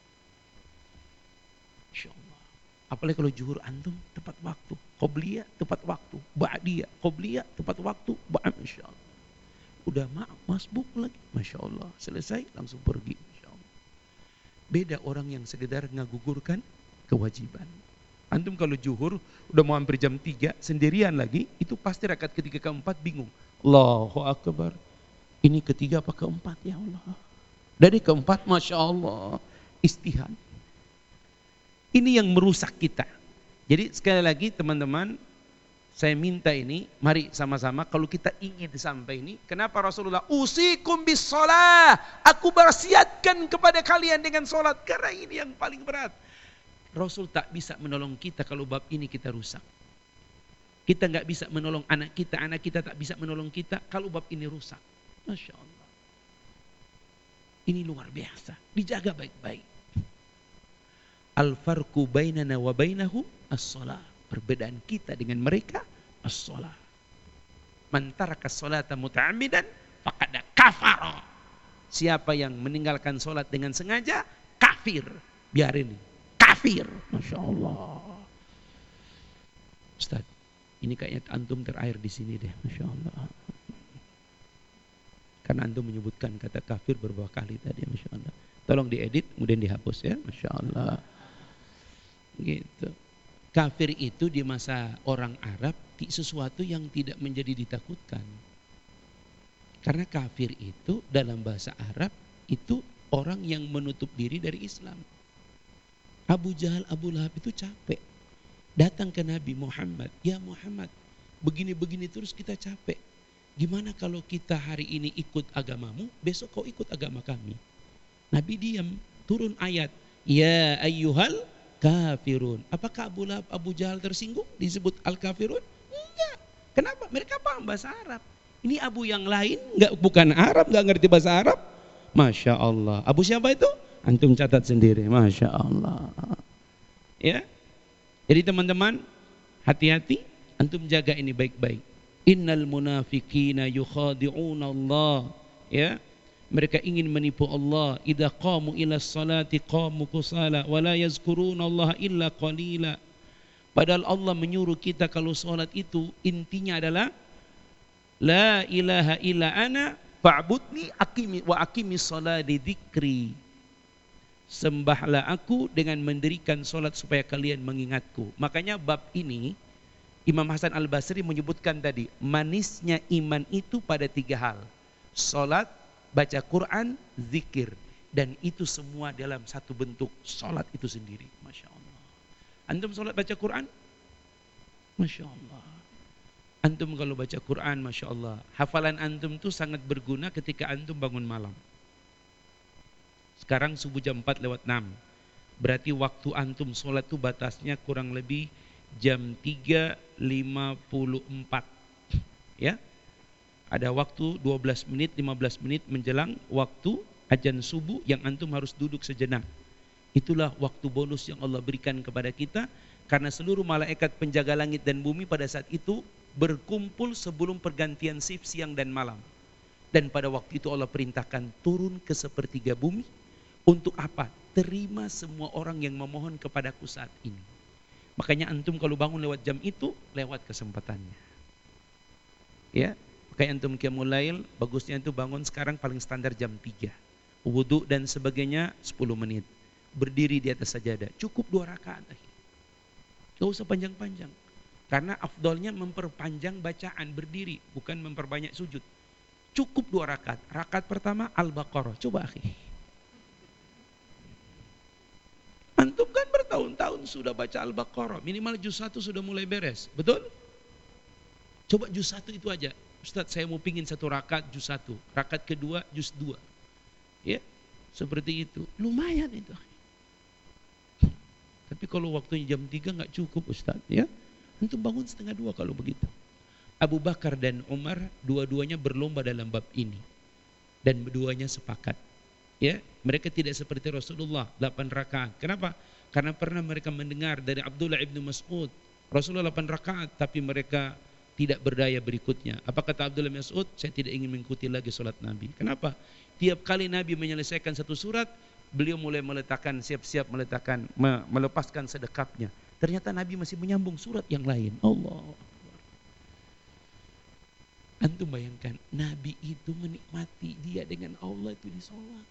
[SPEAKER 2] Insya Allah. Apalagi kalau juhur antum tepat waktu, qobliyah tepat waktu, ba'diyah, qobliyah tepat waktu, ba'am, insya Allah. Udah maaf, masbuk lagi, Masya Allah. Selesai, langsung pergi. Beda orang yang sekedar ngagugurkan kewajiban. Antum kalau juhur udah mau hampir jam tiga sendirian lagi, itu pasti rakaat ketiga keempat bingung. Allahu Akbar. Ini ketiga apa keempat ya Allah? Dari keempat Masya Allah istihad. Ini yang merusak kita. Jadi sekali lagi teman-teman, saya minta ini, mari sama-sama kalau kita ingin sampai ini, kenapa Rasulullah usikum bis shalah, aku berwasiatkan kepada kalian dengan salat, karena ini yang paling berat. Rasul tak bisa menolong kita kalau bab ini kita rusak. Kita nggak bisa menolong anak kita, anak kita tak bisa menolong kita kalau bab ini rusak. Masya Allah. Ini luar biasa, dijaga baik-baik. Al-farqu bainana wa bainahu as-shalah. Perbedaan kita dengan mereka as-shalah. Man taraka as-salata muta'ammidan faqad kafara. Siapa yang meninggalkan salat dengan sengaja, kafir. Biarin, kafir. Masya Allah. Ustaz, ini kayaknya antum terakhir di sini deh, Masya Allah. Karena antum menyebutkan kata kafir beberapa kali tadi, Masya Allah. Tolong diedit, kemudian dihapus ya, Masya Allah. Gitu. Kafir itu di masa orang Arab sesuatu yang tidak menjadi ditakutkan. Karena kafir itu dalam bahasa Arab itu orang yang menutup diri dari Islam. Abu Jahal, Abu Lahab itu capek. Datang ke Nabi Muhammad, ya Muhammad, begini-begini terus kita capek. Gimana kalau kita hari ini ikut agamamu, besok kau ikut agama kami? Nabi diam, turun ayat, ya ayyuhal kafirun. Apakah Abu Lahab, Abu Jahal tersinggung disebut al-kafirun? Enggak. Kenapa? Mereka paham bahasa Arab. Ini Abu yang lain, enggak, bukan Arab, enggak ngerti bahasa Arab. Masya Allah. Abu siapa itu? Antum catat sendiri. Masya Allah. Ya. Jadi teman-teman, hati-hati. Antum jaga ini baik-baik. Innal munafiqina yukhadi'una Allah. Ya. Mereka ingin menipu Allah. Idza qamu ila salati qamu kusala wa la yazkuruna Allah illa qalila. Padahal Allah menyuruh kita kalau salat itu intinya adalah la ilaha illa ana fa'budni aqimi wa aqimi sholati dzikri. Sembahlah aku dengan mendirikan salat supaya kalian mengingatku. Makanya bab ini Imam Hasan Al-Basri menyebutkan tadi manisnya iman itu pada tiga hal. Salat, baca Quran, zikir, dan itu semua dalam satu bentuk salat itu sendiri. Masya Allah. Antum salat baca Quran? Masya Allah. Antum kalau baca Quran, Masya Allah, hafalan antum itu sangat berguna ketika antum bangun malam. Sekarang subuh jam empat lewat enam. Berarti waktu antum salat itu batasnya kurang lebih jam tiga lima puluh empat. Ya. Ada waktu dua belas menit, lima belas menit menjelang waktu azan subuh yang antum harus duduk sejenak. Itulah waktu bonus yang Allah berikan kepada kita, karena seluruh malaikat penjaga langit dan bumi pada saat itu berkumpul sebelum pergantian shift siang dan malam. Dan pada waktu itu Allah perintahkan turun ke sepertiga bumi. Untuk apa? Terima semua orang yang memohon kepadaku saat ini. Makanya antum kalau bangun lewat jam itu, lewat kesempatannya. Ya. Kayak antum qiyamul lail, bagusnya itu bangun sekarang paling standar jam tiga. Wudu dan sebagainya sepuluh menit. Berdiri di atas sajadah, cukup dua rakaat. Gak usah panjang-panjang. Karena afdolnya memperpanjang bacaan berdiri, bukan memperbanyak sujud. Cukup dua rakaat. Rakaat pertama Al-Baqarah. Coba akhi. Antum kan bertahun-tahun bangun sudah baca Al-Baqarah, minimal juz satu sudah mulai beres, betul? Coba juz satu itu aja. Ustadz, saya mau pingin satu rakaat juz satu, rakaat kedua juz dua. Ya, seperti itu. Lumayan itu. Tapi kalau waktunya jam tiga nggak cukup Ustadz, ya. Untuk bangun setengah dua kalau begitu. Abu Bakar dan Umar dua-duanya berlomba dalam bab ini. Dan keduanya sepakat. Ya, mereka tidak seperti Rasulullah delapan rakaat. Kenapa? Karena pernah mereka mendengar dari Abdullah ibnu Mas'ud, Rasulullah delapan rakaat, tapi mereka tidak berdaya berikutnya. Apa kata Abdullah bin Mas'ud? Saya tidak ingin mengikuti lagi solat Nabi. Kenapa? Tiap kali Nabi menyelesaikan satu surat, beliau mulai meletakkan, siap-siap meletakkan, melepaskan sedekapnya. Ternyata Nabi masih menyambung surat yang lain. Allah. Antum bayangkan, Nabi itu menikmati dia dengan Allah itu di sholat.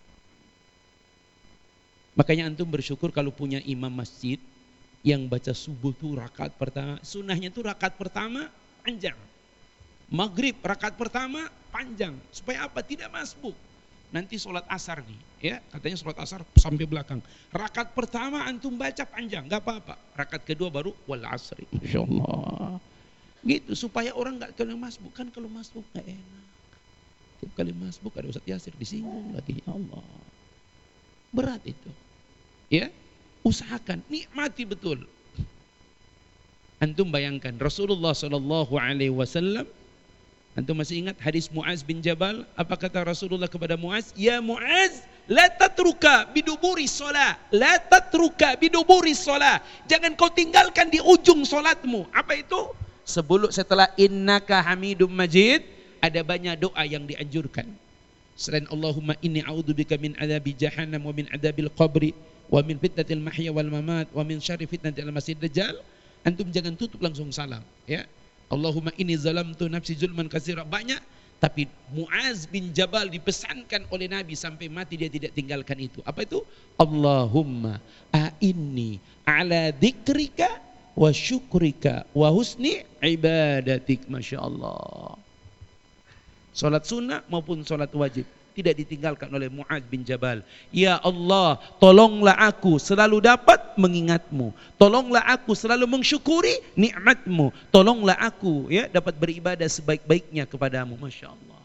[SPEAKER 2] Makanya antum bersyukur kalau punya imam masjid yang baca subuh tuh rakaat pertama. Sunnahnya tuh rakaat pertama panjang. Maghrib rakaat pertama panjang. Supaya apa? Tidak masbuk. Nanti sholat asar nih, ya katanya sholat asar sampai belakang. Rakaat pertama antum baca panjang, gak apa-apa. Rakaat kedua baru wal asri. Insyaallah. Gitu supaya orang nggak kena masbuk. Kan kalau masbuk nggak enak. Tiap kali masbuk ada Ustaz Yasir disinggung lagi. Ya Allah, berat itu. Ya, usahakan, nikmati betul. Antum bayangkan Rasulullah Shallallahu Alaihi Wasallam. Antum masih ingat hadis Muaz bin Jabal? Apa kata Rasulullah kepada Muaz? Ya Muaz, la tatruka biduburi sholat, la tatruka biduburi sholat. Jangan kau tinggalkan di ujung sholatmu. Apa itu? Sebelum setelah innaka hamidum majid, ada banyak doa yang dianjurkan. Selain Allahumma inni a'udzubika min adzabi jahannam wa min adzabil qabri wa min fitnatil mahya wal mamat wa min syarri fitnatil masih dajjal, antum jangan tutup langsung salam, ya. Allahumma inni zalamtu nafsi zulman katsira, banyak. Tapi Muaz bin Jabal dipesankan oleh Nabi sampai mati dia tidak tinggalkan itu. Apa itu? Allahumma a'inni ala dzikrika wa syukrika wa husni ibadatik. Masya Allah. Salat sunnah maupun salat wajib tidak ditinggalkan oleh Muaz bin Jabal. Ya Allah, tolonglah aku selalu dapat mengingatmu. Tolonglah aku selalu mensyukuri nikmatmu. Tolonglah aku ya dapat beribadah sebaik-baiknya kepadamu. Masya Allah.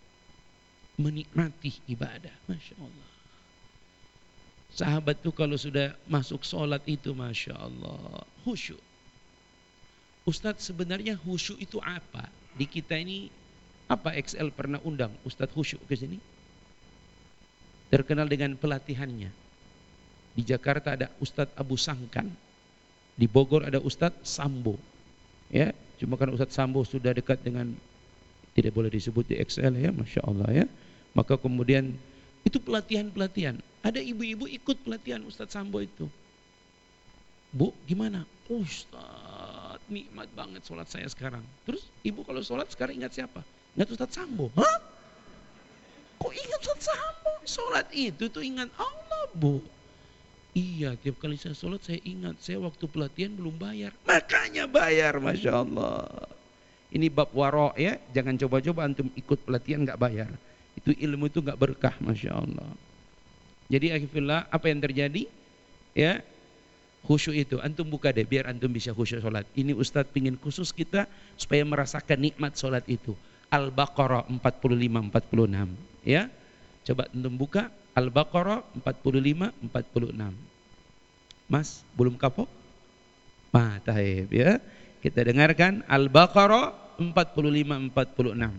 [SPEAKER 2] Menikmati ibadah. Masya Allah. Sahabat tuh kalau sudah masuk sholat itu Masya Allah khusyuk. Ustadz, sebenarnya khusyuk itu apa? Di kita ini apa X L pernah undang Ustadz khusyuk ke sini? Terkenal dengan pelatihannya. Di Jakarta ada Ustadz Abu Sangkan. Di Bogor ada Ustadz Sambo. Ya, cuma kan Ustadz Sambo sudah dekat dengan, tidak boleh disebut di X L ya, Masya Allah ya. Maka kemudian itu pelatihan-pelatihan. Ada ibu-ibu ikut pelatihan Ustadz Sambo itu. Bu, gimana? Ustadz, nikmat banget sholat saya sekarang. Terus ibu kalau sholat sekarang ingat siapa? Ingat Ustadz Sambo. Hah? Kok ingat Ustadz Sambo? Sholat itu tuh ingat Allah, Bu. Iya, tiap kali saya sholat saya ingat. Saya waktu pelatihan belum bayar. Makanya bayar, Masya Allah. Ini bab waro ya. Jangan coba-coba antum ikut pelatihan gak bayar. Itu ilmu itu gak berkah, Masya Allah. Jadi akhirnya apa yang terjadi? Ya, khusyuk itu antum buka deh biar antum bisa khusyuk sholat. Ini Ustadz pingin khusus kita supaya merasakan nikmat sholat itu. Al-Baqarah empat puluh lima empat puluh enam ya. Coba antum buka Al-Baqarah empat puluh lima empat puluh enam. Mas, belum kapok? Nah, taib ya. Kita dengarkan Al-Baqarah empat puluh lima empat puluh enam.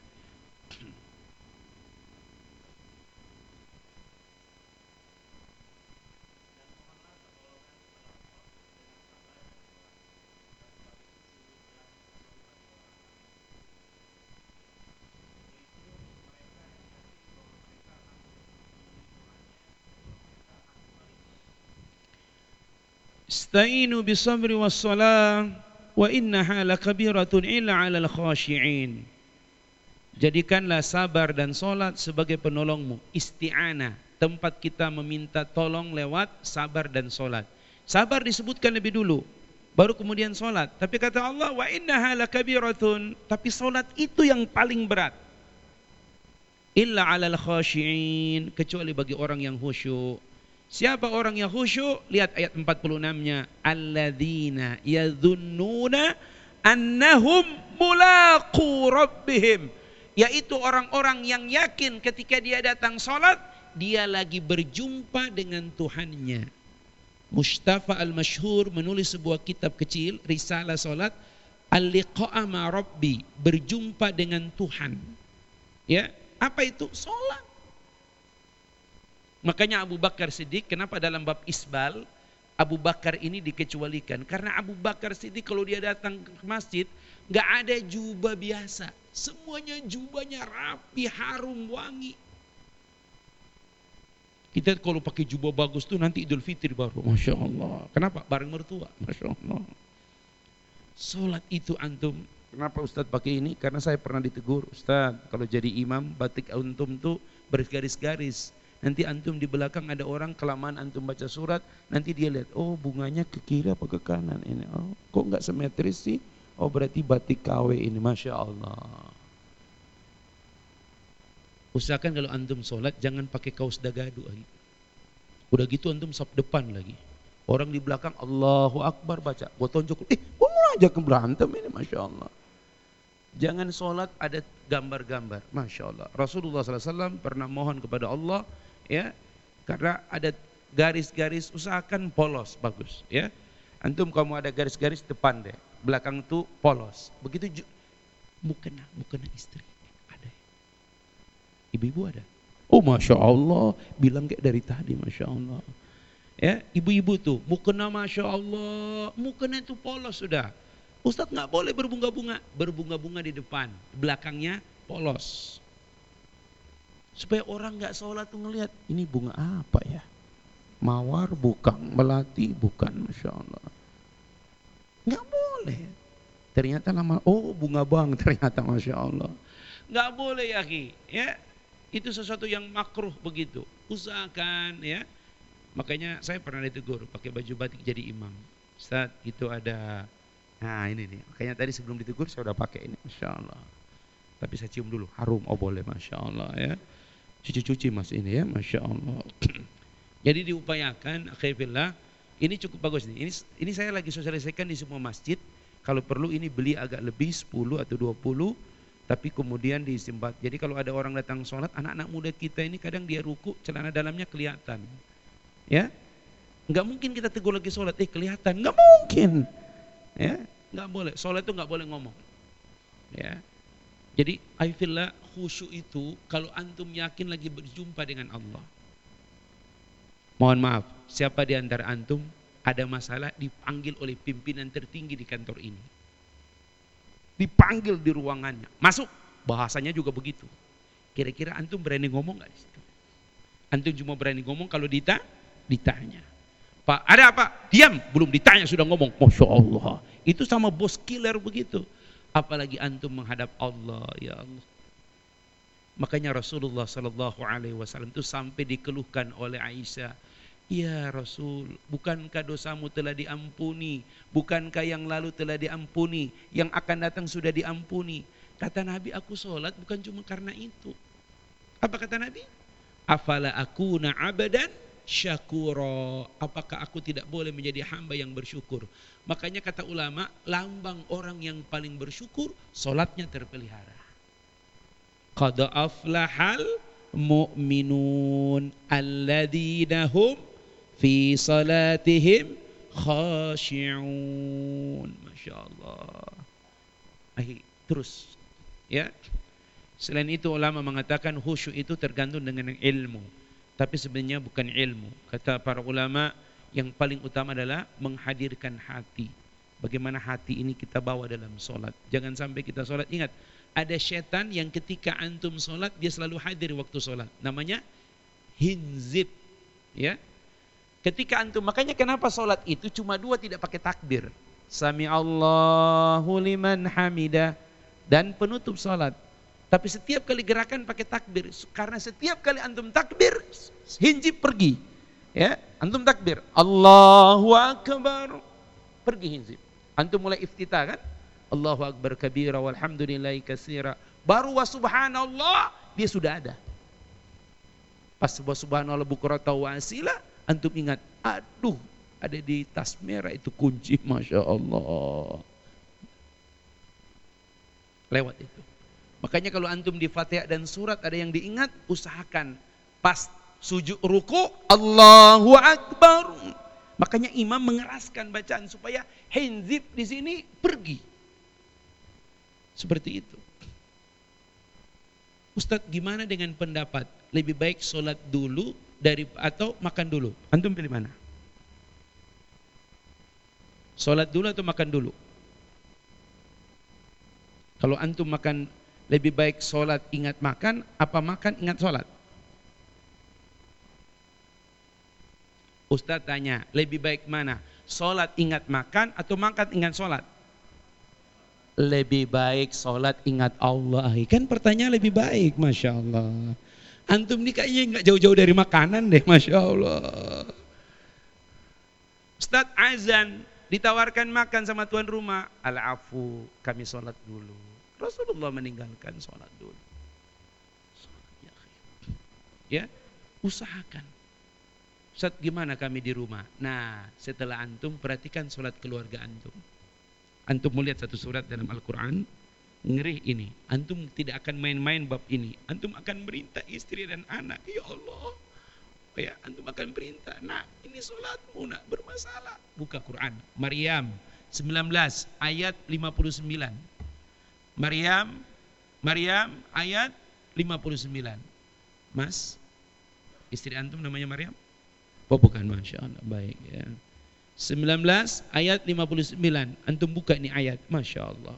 [SPEAKER 2] Ista'inu bisabri wassalah wa innaha lakabiratun illa 'alal khashi'in. Jadikanlah sabar dan solat sebagai penolongmu. Isti'anah, tempat kita meminta tolong lewat sabar dan solat. Sabar disebutkan lebih dulu, baru kemudian solat. Tapi kata Allah wa innaha lakabiratun, tapi solat itu yang paling berat. Illa 'alal khashi'in, kecuali bagi orang yang khusyuk. Siapa orang yang khusyuk? Lihat ayat empat puluh enam-nya. Alladzina yadhunnuna annahum mulaqu rabbihim. Yaitu orang-orang yang yakin ketika dia datang sholat, dia lagi berjumpa dengan Tuhannya. Mustafa al-Masyhur menulis sebuah kitab kecil, risalah sholat, Al-liqa'a ma Rabbi, berjumpa dengan Tuhan. Ya, apa itu? Sholat. Makanya Abu Bakar Siddiq, kenapa dalam bab isbal Abu Bakar ini dikecualikan? Karena Abu Bakar Siddiq kalau dia datang ke masjid, nggak ada jubah biasa. Semuanya jubahnya rapi, harum, wangi. Kita kalau pakai jubah bagus tuh nanti Idul Fitri baru, Masya Allah. Kenapa? Bareng mertua, Masya Allah. Sholat itu antum, kenapa Ustadz pakai ini? Karena saya pernah ditegur, Ustadz kalau jadi imam batik antum tuh bergaris-garis. Nanti antum di belakang ada orang kelamaan antum baca surat, nanti dia lihat, oh bunganya ke kiri apa ke kanan ini? Oh, kok nggak simetris sih? Oh berarti batik K W ini, Masya Allah. Usahakan kalau antum sholat jangan pakai kaos dagadu lagi. Udah gitu antum saf depan lagi. Orang di belakang Allahu Akbar baca. Gua tonjok, eh gua mau aja ke berantem ini, Masya Allah. Jangan sholat ada gambar-gambar, Masya Allah. Rasulullah sallallahu alaihi wasallam pernah mohon kepada Allah, ya, karena ada garis-garis, usahakan polos, bagus, ya. Antum kamu ada garis-garis depan deh, belakang tuh polos. Begitu mukena, mukena istri. Ibu-ibu ada. Oh Masya Allah, bilang kayak dari tadi, Masya Allah. Ya, ibu-ibu tuh, mukena Masya Allah, mukena itu polos sudah. Ustadz nggak boleh berbunga-bunga, berbunga-bunga di depan, belakangnya polos. Supaya orang nggak sholat tuh ngelihat, ini bunga apa ya? Mawar bukan, melati bukan, Masya Allah. Nggak boleh. Ternyata nama, oh bunga bang, ternyata Masya Allah. Nggak boleh ya Ki, ya. Itu sesuatu yang makruh begitu. Usahakan ya. Makanya saya pernah ditegur pakai baju batik jadi imam. Ustaz, itu ada. Nah ini nih. Makanya tadi sebelum ditegur saya udah pakai ini. Masya Allah. Tapi saya cium dulu. Harum. Oh boleh. Masya Allah ya. Cuci-cuci mas ini ya. Masya Allah. Jadi diupayakan. Akhirullah. Ini cukup bagus nih. Ini, ini saya lagi sosialisasikan di semua masjid. Kalau perlu ini beli agak lebih sepuluh atau dua puluh. Tapi kemudian disimpan. Jadi kalau ada orang datang sholat, anak-anak muda kita ini kadang dia ruku, celana dalamnya kelihatan. Ya, nggak mungkin kita tegur lagi sholat, eh kelihatan, nggak mungkin. Ya, nggak boleh. Sholat itu nggak boleh ngomong. Ya, jadi aifillah khusyuk itu kalau antum yakin lagi berjumpa dengan Allah. Mohon maaf, siapa di antara antum ada masalah dipanggil oleh pimpinan tertinggi di kantor ini? Dipanggil di ruangannya, masuk, bahasanya juga begitu. Kira-kira antum berani ngomong nggak di situ? Antum cuma berani ngomong kalau dita, ditanya. Pak, ada apa? Diam, belum ditanya sudah ngomong. Masya Allah, itu sama bos killer begitu. Apalagi antum menghadap Allah, ya Allah. Makanya Rasulullah Sallallahu Alaihi Wasallam itu sampai dikeluhkan oleh Aisyah. Ya Rasul, bukankah dosamu telah diampuni? Bukankah yang lalu telah diampuni? Yang akan datang sudah diampuni. Kata Nabi, aku sholat bukan cuma karena itu. Apa kata Nabi? Afala akuna abadan syakura. Apakah aku tidak boleh menjadi hamba yang bersyukur? Makanya kata ulama, lambang orang yang paling bersyukur, sholatnya terpelihara. Qad aflahal mu'minun alladzina hum fi salatihim khashi'un. Masya Allah. Akhir, terus ya. Selain itu ulama mengatakan khusyuk itu tergantung dengan ilmu. Tapi sebenarnya bukan ilmu. Kata para ulama, yang paling utama adalah menghadirkan hati. Bagaimana hati ini kita bawa dalam sholat. Jangan sampai kita sholat, ingat, ada setan yang ketika antum sholat dia selalu hadir waktu sholat. Namanya hinzib. Ya. Ketika antum, makanya kenapa sholat itu cuma dua tidak pakai takbir. Sami Allahu liman hamidah dan penutup sholat. Tapi setiap kali gerakan pakai takbir, karena setiap kali antum takbir, hinzib pergi. Ya, antum takbir, Allahu Akbar, pergi hinzib. Antum mulai iftitah kan? Allahu Akbar kabira walhamdulillahi katsira. Baru wa subhanallah dia sudah ada. Pas wa subhanallah bukrata wa asila, antum ingat, aduh ada di tas merah itu kunci, Masya Allah. Lewat itu. Makanya kalau antum di Fatihah dan surat ada yang diingat, usahakan pas sujud ruku, Allahu Akbar. Makanya imam mengeraskan bacaan supaya henzib di sini pergi. Seperti itu. Ustadz, gimana dengan pendapat lebih baik sholat dulu dari atau makan dulu? Antum pilih mana? Sholat dulu atau makan dulu? Kalau antum makan, lebih baik sholat ingat makan, apa makan ingat sholat? Ustadz tanya, lebih baik mana? Sholat ingat makan atau makan ingat sholat? Lebih baik sholat ingat Allah. Kan pertanyaan lebih baik, Masya Allah. Antum ini kayaknya nggak jauh-jauh dari makanan deh, Masya Allah. Ustadz azan, ditawarkan makan sama tuan rumah. Al-afu, kami sholat dulu. Rasulullah meninggalkan sholat dulu. Sholat, ya, usahakan. Ustadz, gimana kami di rumah? Nah, setelah antum perhatikan sholat keluarga antum. Antum melihat satu surat dalam Al-Quran, ngeri ini. Antum tidak akan main-main bab ini. Antum akan perintah istri dan anak. Ya Allah, ya, antum akan perintah. Nah, ini sholatmu nak bermasalah. Buka Quran. Maryam sembilan belas ayat lima puluh sembilan. Maryam, Maryam ayat lima puluh sembilan. Mas, istri antum namanya Maryam? Oh bukan, Masya Allah, baik ya. sembilan belas ayat lima puluh sembilan. Antum buka ini ayat, Masya Allah.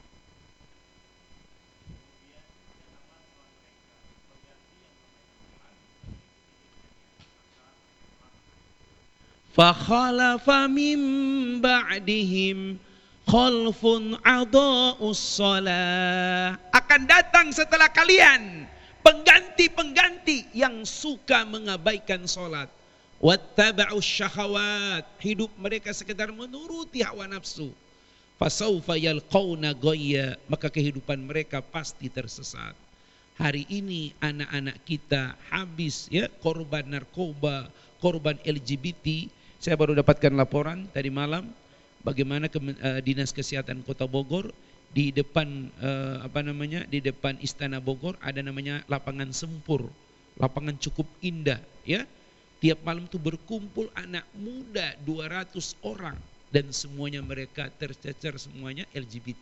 [SPEAKER 2] Fakhalafa min ba'dihim khalfun adaa'us shalah. Akan datang setelah kalian pengganti-pengganti yang suka mengabaikan salat. Wattaba'us syahawat, hidup mereka sekedar menuruti hawa nafsu. Fasawfa yalqawna ghayya, maka kehidupan mereka pasti tersesat. Hari ini anak-anak kita habis ya, korban narkoba, korban L G B T. Saya baru dapatkan laporan tadi malam bagaimana ke, uh, Dinas Kesehatan Kota Bogor di depan uh, apa namanya di depan Istana Bogor ada namanya lapangan sempur, lapangan cukup indah ya. Tiap malam tuh berkumpul anak muda dua ratus orang dan semuanya mereka tercecer, semuanya L G B T.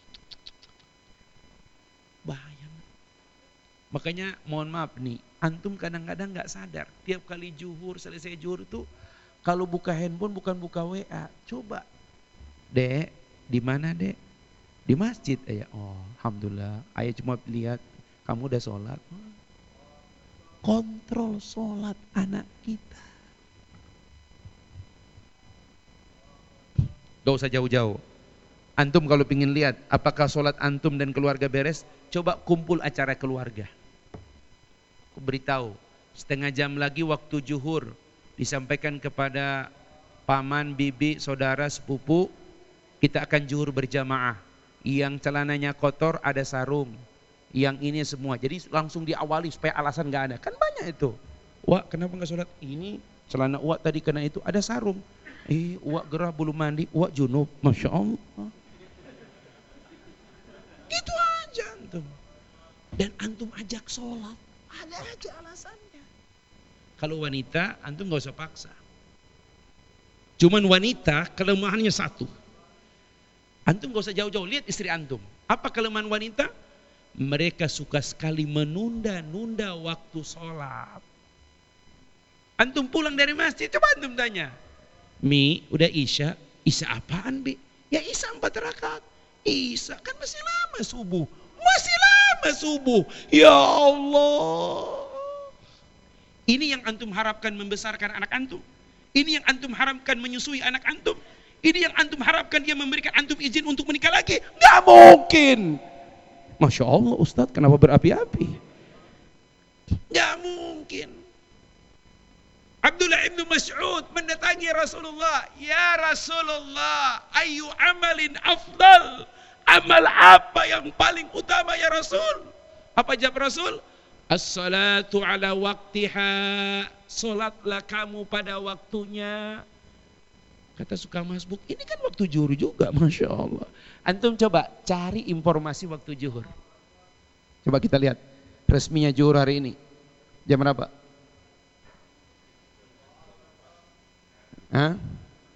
[SPEAKER 2] Bahaya. Makanya mohon maaf nih, antum kadang-kadang nggak sadar. Tiap kali zuhur, selesai zuhur tuh kalau buka handphone bukan buka W A. Coba, Dek, di mana Dek? Di masjid. Ayah, oh, alhamdulillah. Ayah cuma lihat kamu udah sholat. Kontrol sholat anak kita. Gak usah jauh-jauh. Antum kalau ingin lihat apakah sholat antum dan keluarga beres, coba kumpul acara keluarga. Aku beritahu, setengah jam lagi waktu zuhur disampaikan kepada paman, bibi, saudara, sepupu, kita akan zuhur berjamaah. Yang celananya kotor ada sarung. Yang ini semua, jadi langsung diawali supaya alasan gak ada. Kan banyak itu. Wak, kenapa gak sholat? Ini celana Wak tadi kena itu, ada sarung. Eh, Wak gerah belum mandi, Wak junub. Masya Allah. Itu aja antum. Dan antum ajak sholat, ada aja alasannya. Kalau wanita, antum gak usah paksa. Cuman wanita kelemahannya satu. Antum gak usah jauh-jauh, lihat istri antum. Apa kelemahan wanita? Mereka suka sekali menunda-nunda waktu sholat. Antum pulang dari masjid, coba antum tanya, Mi, udah isya? Isya apaan, Bi? Ya isya empat rakaat. Isya kan masih lama subuh. Masih lama subuh. Ya Allah. Ini yang antum harapkan membesarkan anak antum. Ini yang antum harapkan menyusui anak antum. Ini yang antum harapkan dia memberikan antum izin untuk menikah lagi. Gak mungkin. Masya Allah Ustadz, kenapa berapi-api? Gak mungkin. Abdullah ibn Mas'ud mendatangi Rasulullah. Ya Rasulullah, ayu amalin afdal. Amal apa yang paling utama ya Rasul? Apa jawab Rasul? As-salatu ala waktiha. sholatlah kamu pada waktunya. Kata Sukamasbuk, ini kan waktu zuhur juga, Masya Allah. Antum coba cari informasi waktu zuhur. Coba kita lihat resminya zuhur hari ini. Jam berapa? Hah?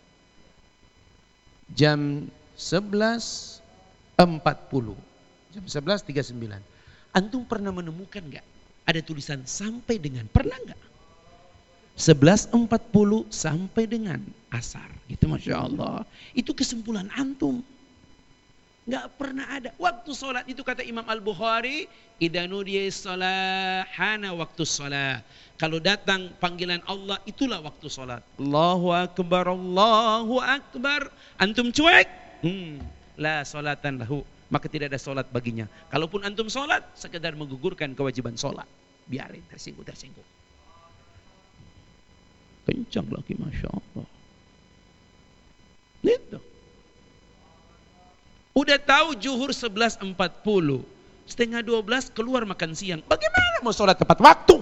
[SPEAKER 2] Jam sebelas empat puluh. Jam sebelas tiga puluh sembilan. Antum pernah menemukan enggak ada tulisan sampai dengan? Pernah enggak? sebelas empat puluh sampai dengan asar. Gitu, Masya Allah. Itu kesimpulan antum. Enggak pernah ada. Waktu sholat itu kata Imam Al-Bukhari, idza nudiya shalah hana waktu sholat. Kalau datang panggilan Allah, itulah waktu sholat. Allahu Akbar, Allahu Akbar. Antum cuek, hmm, la sholatan lahu. Maka tidak ada sholat baginya. Kalaupun antum sholat, sekedar menggugurkan kewajiban sholat. Biarin, tersinggung, tersinggung. Kencang lagi, Masya Allah. Itu. Udah tahu zuhur sebelas empat puluh. Setengah dua belas keluar makan siang. Bagaimana mau sholat tepat waktu?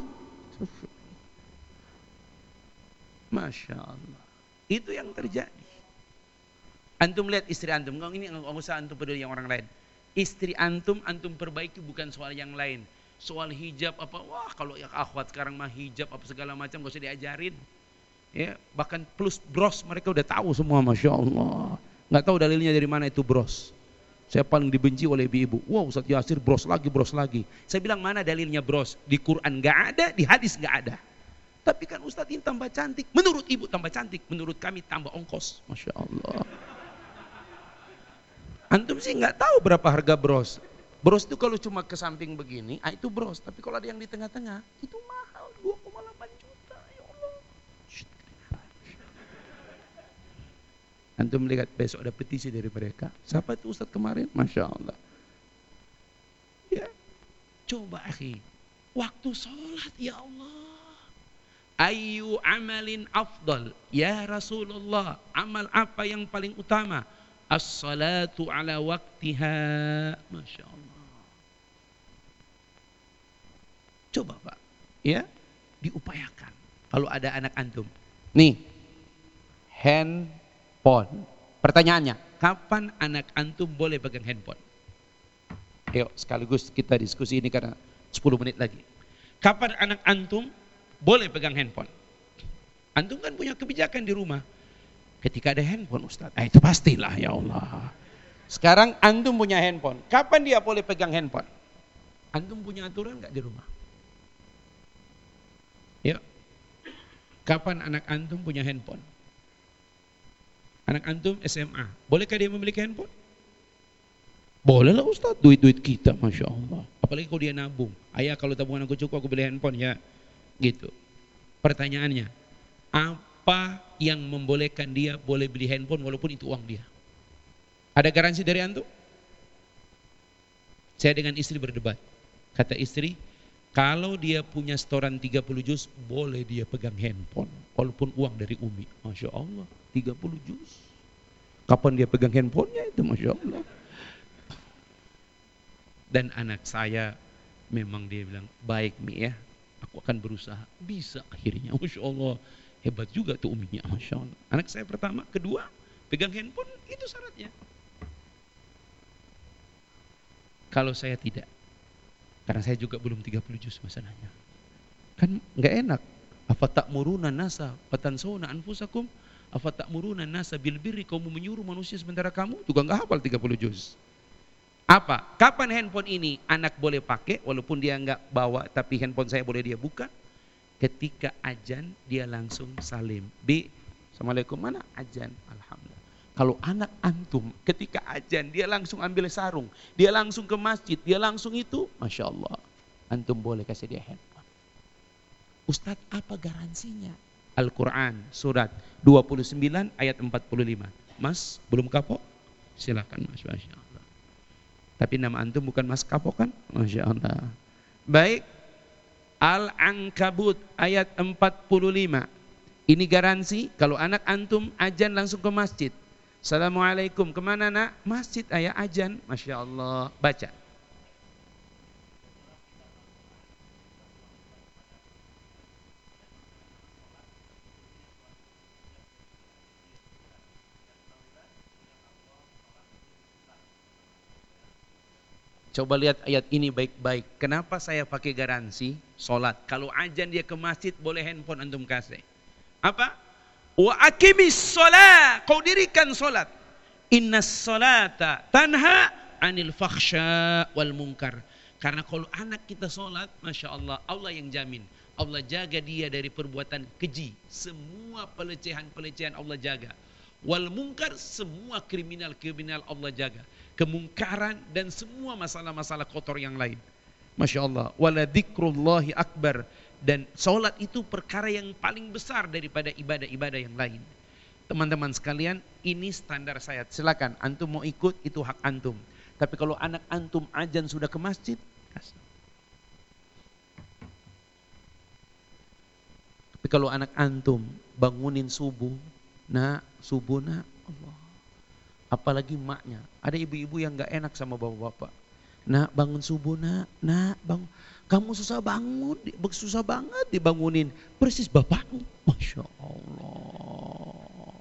[SPEAKER 2] Masya Allah. Itu yang terjadi. Antum lihat istri antum. Enggak, ini enggak usah antum peduli yang orang lain. Istri antum, antum perbaiki bukan soal yang lain. Soal hijab apa, wah kalau ya akhwat sekarang mah hijab apa segala macam gak usah diajarin. Ya, bahkan plus bros mereka udah tahu semua, Masya Allah. Nggak tahu dalilnya dari mana itu bros. Saya paling dibenci oleh ibu-ibu. Wow, Ustaz Yasir bros lagi, bros lagi. Saya bilang mana dalilnya bros? Di Quran nggak ada, di hadis nggak ada. Tapi kan Ustaz ini tambah cantik. Menurut ibu tambah cantik, menurut kami tambah ongkos. Masya Allah. Antum sih nggak tahu berapa harga bros. Bros itu kalau cuma ke samping begini, ah itu bros. Tapi kalau ada yang di tengah-tengah, itu mahal, dua koma delapan juta. Ya Allah. Antum melihat besok ada petisi dari mereka. Siapa itu Ustaz kemarin? Masya Allah. Ya, coba akhi. Waktu sholat, ya Allah. Ayu amalin afdal. Ya Rasulullah, amal apa yang paling utama? As-salatu ala waktiha. Masya Allah. Coba Pak, ya, diupayakan. Kalau ada anak antum, nih, handphone. Pertanyaannya, kapan anak antum boleh pegang handphone? Ayo, sekaligus kita diskusi ini karena sepuluh menit lagi. Kapan anak antum boleh pegang handphone? Antum kan punya kebijakan di rumah. Ketika ada handphone, Ustaz. Ah, itu pastilah, ya Allah. Sekarang antum punya handphone. Kapan dia boleh pegang handphone? Antum punya aturan nggak di rumah? Ya. Kapan anak antum punya handphone? Anak antum S M A. Bolehkah dia memiliki handphone? Boleh lah Ustaz. Duit-duit kita, Masya Allah. Apalagi kalau dia nabung. Ayah, kalau tabungan aku cukup, aku beli handphone ya. Gitu. Pertanyaannya, apa yang membolehkan dia boleh beli handphone walaupun itu uang dia? Ada garansi dari antum? Saya dengan istri berdebat. Kata istri, kalau dia punya setoran tiga puluh juz, boleh dia pegang handphone walaupun uang dari Umi. Masya Allah, tiga puluh juz. Kapan dia pegang handphonenya itu, Masya Allah. Dan anak saya memang dia bilang, baik Mi ya, aku akan berusaha. Bisa akhirnya, Masya Allah. Hebat juga tuh uminya, Masya Allah. Anak saya pertama, kedua, pegang handphone, itu syaratnya. Kalau saya tidak, karena saya juga belum tiga puluh juz masalahnya. Kan nggak enak. Afa ta'muruna nasa fatansawna anfusakum? Afa ta'muruna nasa bil birri, kamu menyuruh manusia sementara kamu juga nggak hafal tiga puluh juz. Apa? Kapan handphone ini anak boleh pakai walaupun dia nggak bawa, tapi handphone saya boleh dia buka? Ketika ajan dia langsung salim. B, Assalamualaikum, mana ajan? Alhamdulillah. Kalau anak antum ketika ajan dia langsung ambil sarung, dia langsung ke masjid, dia langsung itu, Masya Allah. Antum boleh kasih dia handphone. Ustadz, apa garansinya? Al-Quran surat dua puluh sembilan ayat empat puluh lima. Mas, belum kapok? Silakan Mas, Masya Allah. Tapi nama antum bukan Mas kapok kan? Masya Allah. Baik. Al-Ankabut ayat empat puluh lima. Ini garansi kalau anak antum ajan langsung ke masjid. Assalamualaikum, kemana nak? Masjid ayah ajan. Masya Allah. Baca. Coba lihat ayat ini baik-baik. Kenapa saya pakai garansi sholat? Kalau ajan dia ke masjid, boleh handphone antum kasih. Apa? Wa aqimis sholat. Kau dirikan sholat. Innas sholata tanha anil fakhsya wal munkar. Karena kalau anak kita sholat, Masya Allah, Allah yang jamin. Allah jaga dia dari perbuatan keji. Semua pelecehan-pelecehan Allah jaga. Wal munkar, semua kriminal-kriminal Allah jaga. Kemungkaran dan semua masalah-masalah kotor yang lain. Masya Allah. Wala dzikrullahi akbar. Dan sholat itu perkara yang paling besar daripada ibadah-ibadah yang lain. Teman-teman sekalian, ini standar saya. Silakan, antum mau ikut, itu hak antum. Tapi kalau anak antum ajan sudah ke masjid, kasih. Tapi kalau anak antum bangunin subuh, nak, subuh nak, Allah. Apalagi maknya, ada ibu-ibu yang gak enak sama bapak-bapak. Nak, bangun subuh nak, nak, bangun. Kamu susah bangun, susah banget dibangunin. Persis bapakmu, Masya Allah.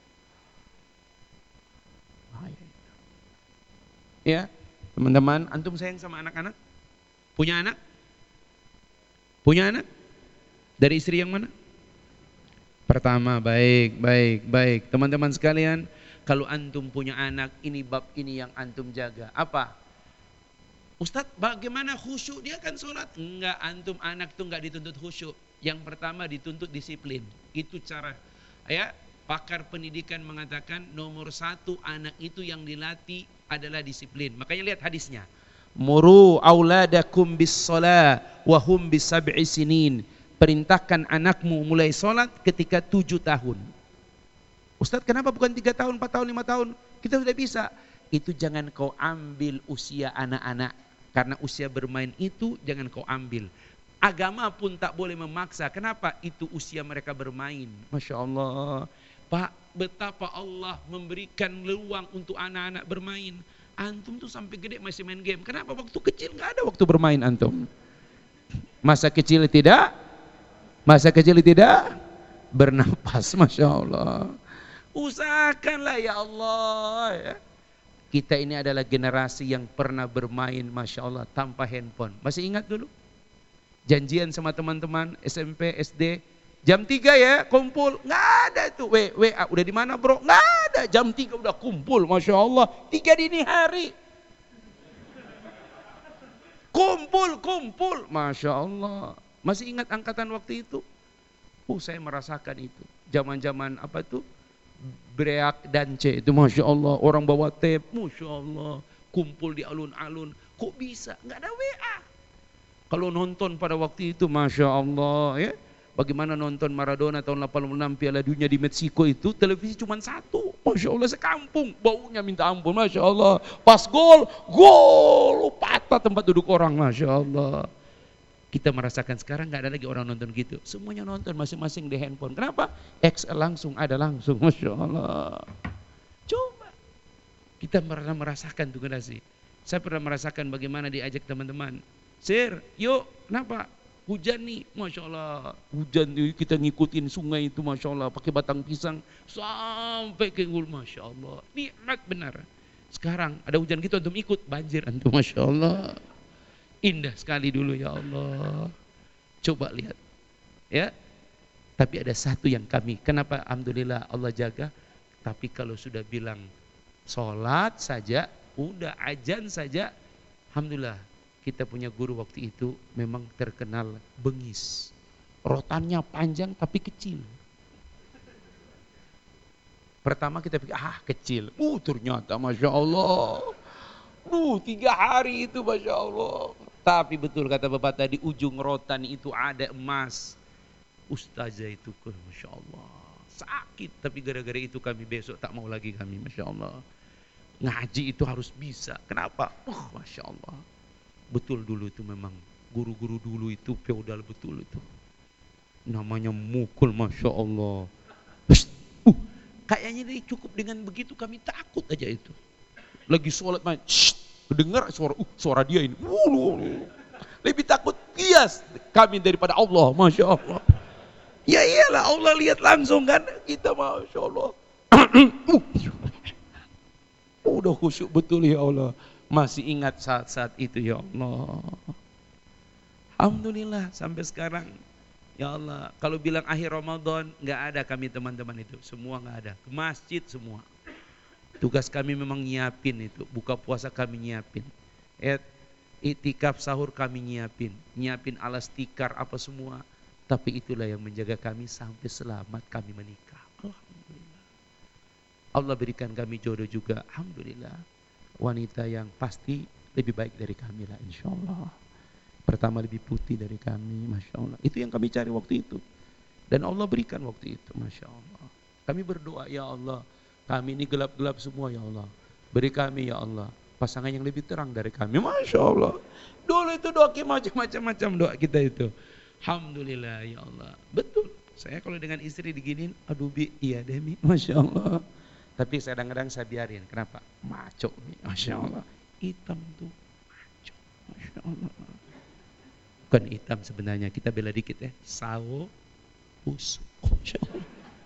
[SPEAKER 2] Ya, teman-teman, antum sayang sama anak-anak? Punya anak? Punya anak? Dari istri yang mana? Pertama, baik, baik, baik. Teman-teman sekalian, kalau antum punya anak, ini bab ini yang antum jaga. Apa? Ustadz, bagaimana khusyuk? Dia kan sholat. Enggak, antum anak tuh enggak dituntut khusyuk. Yang pertama dituntut disiplin. Itu cara. Ya, pakar pendidikan mengatakan nomor satu anak itu yang dilatih adalah disiplin. Makanya lihat hadisnya. Muru auladakum bis shalah wa hum bis sab'i sinin. Perintahkan anakmu mulai sholat ketika tujuh tahun. Ustadz, kenapa bukan tiga tahun, empat tahun, lima tahun? Kita sudah bisa. Itu jangan kau ambil usia anak-anak. Karena usia bermain itu jangan kau ambil. Agama pun tak boleh memaksa. Kenapa? Itu usia mereka bermain. Masya Allah. Pak, betapa Allah memberikan ruang untuk anak-anak bermain. Antum tuh sampai gede masih main game. Kenapa? Waktu kecil gak ada waktu bermain antum. Masa kecil tidak? Masa kecil tidak? Bernapas. Masya Allah. Usahakanlah ya Allah ya. Kita ini adalah generasi yang pernah bermain Masya Allah tanpa handphone. Masih ingat dulu? Janjian sama teman-teman S M P, S D, jam tiga ya kumpul. Nggak ada itu. W, W A, udah di mana bro? Nggak ada. Jam tiga udah kumpul Masya Allah. Tiga dini hari. Kumpul, kumpul. Masya Allah. Masih ingat angkatan waktu itu? Oh, saya merasakan itu. Zaman-zaman apa tuh? Break dan C itu Masya Allah. Orang bawa tape, Masya Allah. Kumpul di alun-alun. Kok bisa? Nggak ada W A. Kalau nonton pada waktu itu Masya Allah ya. Bagaimana nonton Maradona tahun delapan puluh enam Piala Dunia di Meksiko itu. Televisi cuma satu. Masya Allah sekampung. Baunya minta ampun Masya Allah. Pas gol, gol. Patah tempat duduk orang Masya Allah. Kita merasakan sekarang nggak ada lagi orang nonton gitu. Semuanya nonton masing-masing di handphone. Kenapa? X L langsung ada langsung. Masya Allah. Coba. Kita pernah merasakan tuh generasi. Saya pernah merasakan bagaimana diajak teman-teman. Sir, yuk. Kenapa? Hujan nih. Masya Allah. Hujan kita ngikutin sungai itu. Masya Allah. Pakai batang pisang. Sampai ke ul. Masya Allah. Nikmat benar. Sekarang ada hujan gitu antum ikut. Banjir antum. Masya Allah. Indah sekali dulu ya Allah. Coba lihat. Ya. Tapi ada satu yang kami, kenapa alhamdulillah Allah jaga. Tapi kalau sudah bilang sholat saja, udah ajan saja, alhamdulillah kita punya guru waktu itu memang terkenal bengis. Rotannya panjang tapi kecil. Pertama kita pikir ah kecil. Uh ternyata Masya Allah. Uh tiga hari itu Masya Allah. Tapi betul kata bapak tadi, ujung rotan itu ada emas. Ustazah itu ke Masya Allah. Sakit, tapi gara-gara itu kami besok tak mau lagi kami Masya Allah. Ngaji itu harus bisa. Kenapa? Oh Masya Allah. Betul dulu itu memang. Guru-guru dulu itu feodal betul itu. Namanya mukul Masya Allah. Uh, kayaknya ini cukup dengan begitu kami takut aja itu. Lagi sholat main. Dengar suara uh, suara dia ini. Uh, lebih takut bias kami daripada Allah, Masya Allah. Ya iyalah Allah lihat langsung kan kita Masya Allah. uh, udah khusyuk betul ya Allah. Masih ingat saat-saat itu ya Allah. Alhamdulillah sampai sekarang. Ya Allah, kalau bilang akhir Ramadan, nggak ada kami teman-teman itu. Semua nggak ada. Ke masjid semua. Tugas kami memang nyiapin itu. Buka puasa kami nyiapin. Et, itikaf sahur kami nyiapin. Nyiapin alas tikar apa semua. Tapi itulah yang menjaga kami sampai selamat kami menikah. Alhamdulillah. Allah berikan kami jodoh juga. Alhamdulillah. Wanita yang pasti lebih baik dari kami lah insya Allah. Pertama lebih putih dari kami, Masya Allah. Itu yang kami cari waktu itu. Dan Allah berikan waktu itu, Masya Allah. Kami berdoa, ya Allah, kami ini gelap-gelap semua ya Allah. Beri kami ya Allah, pasangan yang lebih terang dari kami, Masya Allah. Dulu itu doa macam-macam doa kita itu. Alhamdulillah ya Allah. Betul, saya kalau dengan istri diginin, aduh Bi, iya Demi, Masya Allah. Tapi kadang-kadang saya biarin, kenapa? Maco, Masya Allah. Hitam tuh, maco, Masya Allah. Bukan hitam sebenarnya, kita bela dikit ya. Sawo, busuk, Masya Allah.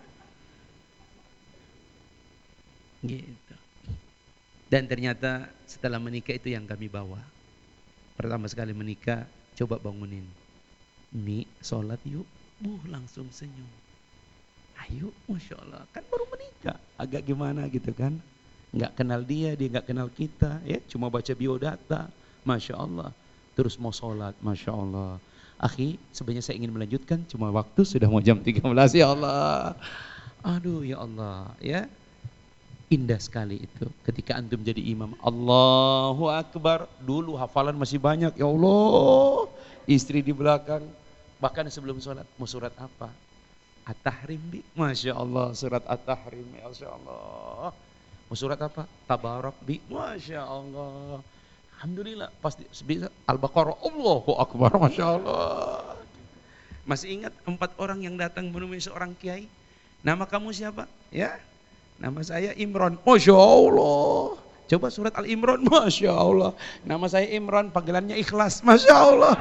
[SPEAKER 2] Gitu. Dan ternyata setelah menikah itu yang kami bawa. Pertama sekali menikah, coba bangunin. Mi, sholat yuk. Buh, langsung senyum. Ayo, Masya Allah, kan baru menikah, agak gimana gitu kan, nggak kenal dia, dia nggak kenal kita, ya cuma baca biodata, Masya Allah, terus mau sholat, Masya Allah. Akhi, sebenarnya saya ingin melanjutkan, cuma waktu sudah mau jam tiga belas, ya Allah, aduh ya Allah, ya indah sekali itu, ketika antum jadi imam, Allahu Akbar, dulu hafalan masih banyak, ya Allah, istri di belakang, bahkan sebelum sholat, mau surat apa? At-Tahrim Bi, Masya Allah, surat At-Tahrim, Masya Allah. Mau surat apa? Tabarak Bi, Masya Allah. Alhamdulillah, pasti bisa Al-Baqarah, Allahu Akbar, Masya Allah. Masih ingat empat orang yang datang menemui seorang kiai? Nama kamu siapa? Ya, nama saya Imran, Masya Allah. Coba surat Al-Imran, Masya Allah. Nama saya Imran, panggilannya ikhlas, Masya Allah.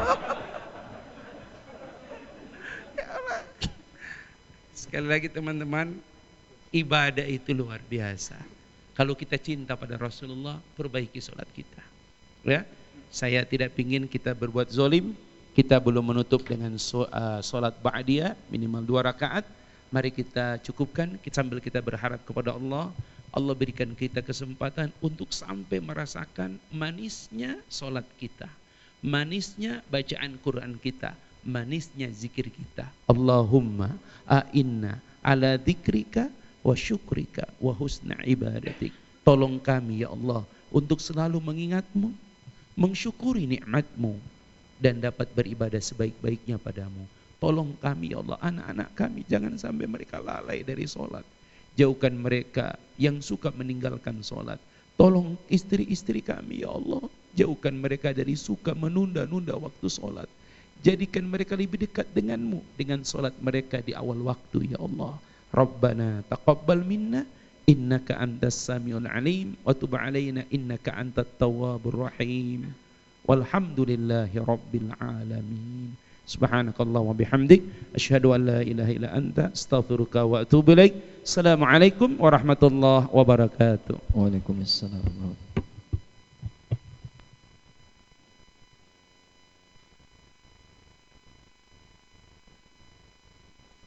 [SPEAKER 2] Sekali lagi teman-teman, ibadah itu luar biasa. Kalau kita cinta pada Rasulullah, perbaiki sholat kita. Ya, saya tidak ingin kita berbuat zolim. Kita belum menutup dengan sholat ba'diyah minimal dua rakaat. Mari kita cukupkan sambil kita berharap kepada Allah. Allah berikan kita kesempatan untuk sampai merasakan manisnya sholat kita, manisnya bacaan Quran kita, manisnya zikir kita. Allahumma a'inna ala dzikrika wa syukrika wa husna ibadatik. Tolong kami ya Allah untuk selalu mengingatmu, mensyukuri nikmatmu, dan dapat beribadah sebaik-baiknya padamu. Tolong kami ya Allah, anak-anak kami jangan sampai mereka lalai dari sholat. Jauhkan mereka yang suka meninggalkan sholat. Tolong istri-istri kami ya Allah, jauhkan mereka dari suka menunda-nunda waktu sholat. Jadikan mereka lebih dekat denganmu dengan solat mereka di awal waktu ya Allah. Rabbana taqabbal minna innaka antas samiul alim wa tub alaina innaka antat tawwabur rahim. Walhamdulillahi rabbil alamin. Subhanakallah wa bihamdik asyhadu an la ilaha illa anta astaghfiruka wa atubu ilaik. Assalamualaikum warahmatullahi wabarakatuh.
[SPEAKER 1] Waalaikumsalam.